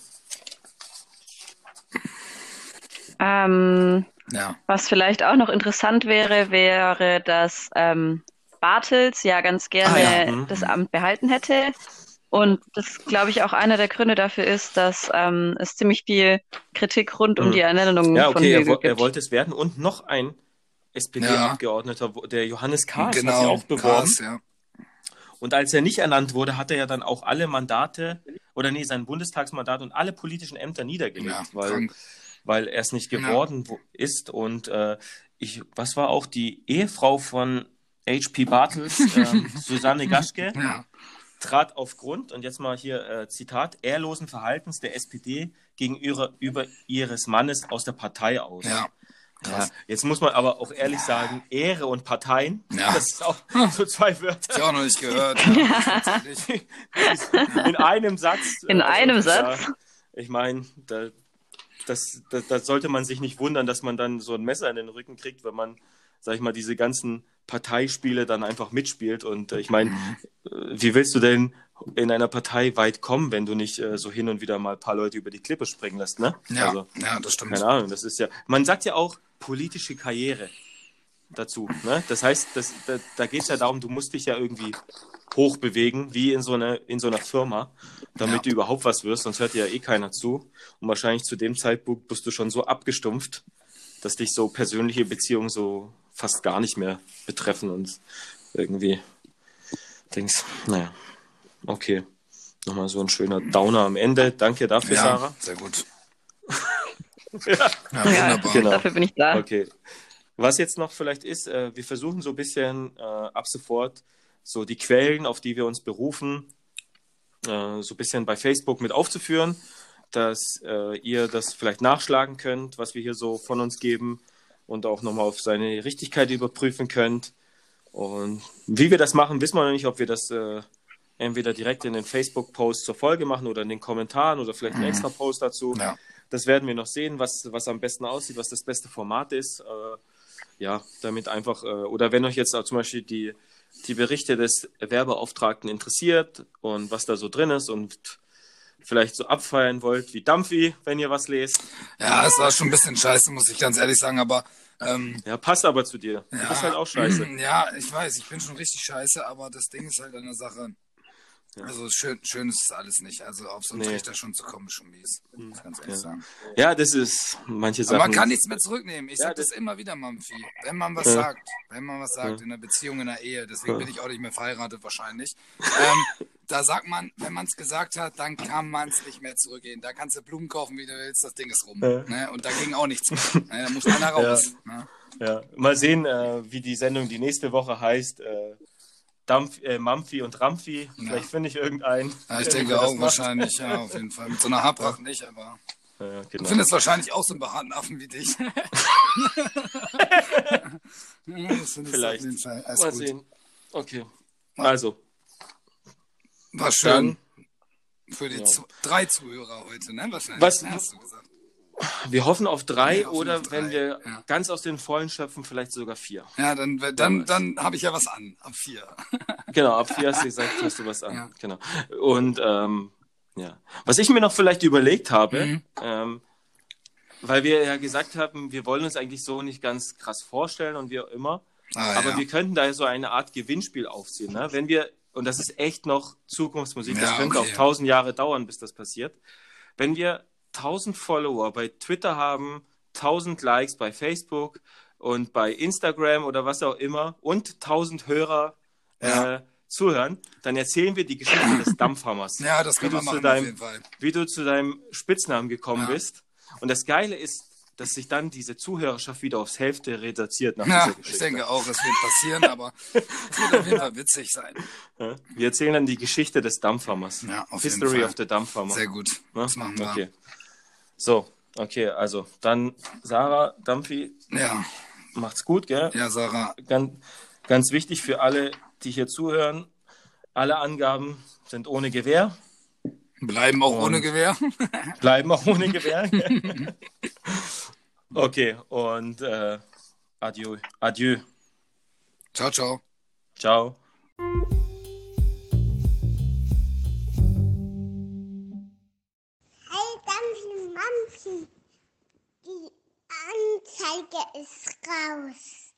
Ähm, Ja. was vielleicht auch noch interessant wäre, wäre, dass ähm, Bartels ja ganz gerne Ah, ja. Mhm. das Amt behalten hätte. Und das, glaube ich, auch einer der Gründe dafür ist, dass ähm, es ziemlich viel Kritik rund um Mhm. die Ernennung Ja, von okay, er, Högel wo- er gibt. wollte es werden. Und noch ein S P D-Abgeordneter, wo- der Johannes Kahrs, hat sich Genau, auch beworben. krass, ja. Und als er nicht ernannt wurde, hat er ja dann auch alle Mandate, oder nee, sein Bundestagsmandat und alle politischen Ämter niedergelegt, Ja, weil, krank. weil er es nicht Ja. geworden wo- ist. Und äh, ich, was war auch die Ehefrau von H P Bartels, ähm, Susanne Gaschke, Ja. trat aufgrund, und jetzt mal hier äh, Zitat, ehrlosen Verhaltens der S P D gegenüber über ihres Mannes aus der Partei aus. Ja. Ja, Krass. jetzt muss man aber auch ehrlich sagen, Ehre und Parteien, Ja. das ist auch so zwei Hab Wörter ich auch noch nicht gehört. Ja. Tatsächlich. in einem Satz. In Also, einem ja, Satz? ich meine, da, das, da, da sollte man sich nicht wundern, dass man dann so ein Messer in den Rücken kriegt, wenn man, sag ich mal, diese ganzen Parteispiele dann einfach mitspielt. Und äh, ich meine, äh, wie willst du denn in einer Partei weit kommen, wenn du nicht äh, so hin und wieder mal ein paar Leute über die Klippe springen lässt, ne? Ja, Also, ja, das stimmt. keine Ahnung, das ist ja, man sagt ja auch politische Karriere dazu, ne? Das heißt, das, da, da geht es ja darum, du musst dich ja irgendwie hochbewegen, wie in so, eine, in so einer Firma, damit Ja. du überhaupt was wirst, sonst hört dir ja eh keiner zu. Und wahrscheinlich zu dem Zeitpunkt bist du schon so abgestumpft, dass dich so persönliche Beziehungen so fast gar nicht mehr betreffen und irgendwie denkst, naja, okay. Nochmal so ein schöner Downer am Ende. Danke dafür, Ja, Sarah. sehr gut. Ja. Ja, Ja, wunderbar. Genau. dafür bin ich da. Okay. Was jetzt noch vielleicht ist, äh, wir versuchen so ein bisschen äh, ab sofort so die Quellen, auf die wir uns berufen, äh, so ein bisschen bei Facebook mit aufzuführen, dass äh, ihr das vielleicht nachschlagen könnt, was wir hier so von uns geben und auch nochmal auf seine Richtigkeit überprüfen könnt. Und wie wir das machen, wissen wir noch nicht, ob wir das äh, entweder direkt in den Facebook-Post zur Folge machen oder in den Kommentaren oder vielleicht einen Mhm. extra Post dazu. Ja. Das werden wir noch sehen, was, was am besten aussieht, was das beste Format ist. Äh, ja, damit einfach, äh, oder wenn euch jetzt auch zum Beispiel die, die Berichte des Werbeauftragten interessiert und was da so drin ist und vielleicht so abfeiern wollt wie Dampfi, wenn ihr was lest. Ja, es war schon ein bisschen scheiße, muss ich ganz ehrlich sagen, aber ähm, Ja, passt aber zu dir. Du bist halt auch scheiße. Ja, ich weiß, ich bin schon richtig scheiße, aber das Ding ist halt an der Sache. Ja. Also schön, schön ist es alles nicht. Also auf so einen Nee. Trichter schon zu kommen, ist schon mies. Muss ich ganz ehrlich Ja. sagen. Ja, das ist manche Aber Sachen. man kann nichts mehr zurücknehmen. Ich Ja, sag das das- immer wieder, Mamfi. Wenn man was Ja. sagt, wenn man was sagt Ja. in einer Beziehung, in einer Ehe, deswegen Ja. bin ich auch nicht mehr verheiratet wahrscheinlich. Ähm, da sagt man, wenn man es gesagt hat, dann kann man es nicht mehr zurückgehen. Da kannst du Blumen kaufen, wie du willst, das Ding ist rum. Ja. Ne? Und da ging auch nichts mehr. Ne? Da muss einer raus. Ne? Ja. Mal sehen, äh, wie die Sendung die nächste Woche heißt. Äh, Dampf, äh, Mampfi und Ramfi. Vielleicht finde ich irgendeinen. Ja, ich der denke das auch macht. wahrscheinlich, ja, auf jeden Fall. Mit so einer Haarpracht nicht, aber Ja, du genau. findest wahrscheinlich auch so einen behaarten Affen wie dich. Ja, das findest du Vielleicht. auf jeden Fall. Alles Mal gut. sehen. Okay. Also, War schön. dann, Für die Ja. zu, drei Zuhörer heute, ne? Wahrscheinlich. Was- ne, hast du gesagt. wir hoffen auf drei Wir hoffen oder auf drei, wenn wir ja. ganz aus den Vollen schöpfen, vielleicht sogar vier. Ja, dann, dann, dann habe ich ja was an. Ab vier. Genau, ab vier hast du gesagt, hast du was an. Ja. Genau. Und ähm, ja, was ich mir noch vielleicht überlegt habe, Mhm. ähm, weil wir ja gesagt haben, wir wollen uns eigentlich so nicht ganz krass vorstellen und wie auch immer, Ah, aber ja. wir könnten da so eine Art Gewinnspiel aufziehen, ne? Wenn wir, und das ist echt noch Zukunftsmusik, das Ja, könnte okay. auch tausend Jahre dauern, bis das passiert, wenn wir tausend Follower bei Twitter haben, tausend Likes bei Facebook und bei Instagram oder was auch immer und tausend Hörer Ja. äh, zuhören, dann erzählen wir die Geschichte des Dampfhammers. Ja, das wie können du wir zu machen auf deinem, jeden Fall. Wie du zu deinem Spitznamen gekommen Ja. bist. Und das Geile ist, dass sich dann diese Zuhörerschaft wieder aufs Hälfte reduziert nach Ja, dieser ich Geschichte. denke auch, es wird passieren, aber es wird auf jeden Fall witzig sein. Ja? Wir erzählen dann die Geschichte des Dampfhammers. Ja, auf jeden History Fall. of the Dampfhammer. Sehr gut. Ja? Das machen wir. Okay. So, okay, also dann Sarah, Dampfi, Ja, macht's gut, gell? ja, Sarah. Ganz, ganz wichtig für alle, die hier zuhören, alle Angaben sind ohne Gewähr, Bleiben auch Und- ohne Gewehr. bleiben auch ohne Gewähr. Okay, und äh, adieu, adieu, Ciao, ciao. ciao. Hey, Dampfi, Mampfi, die Anzeige ist raus.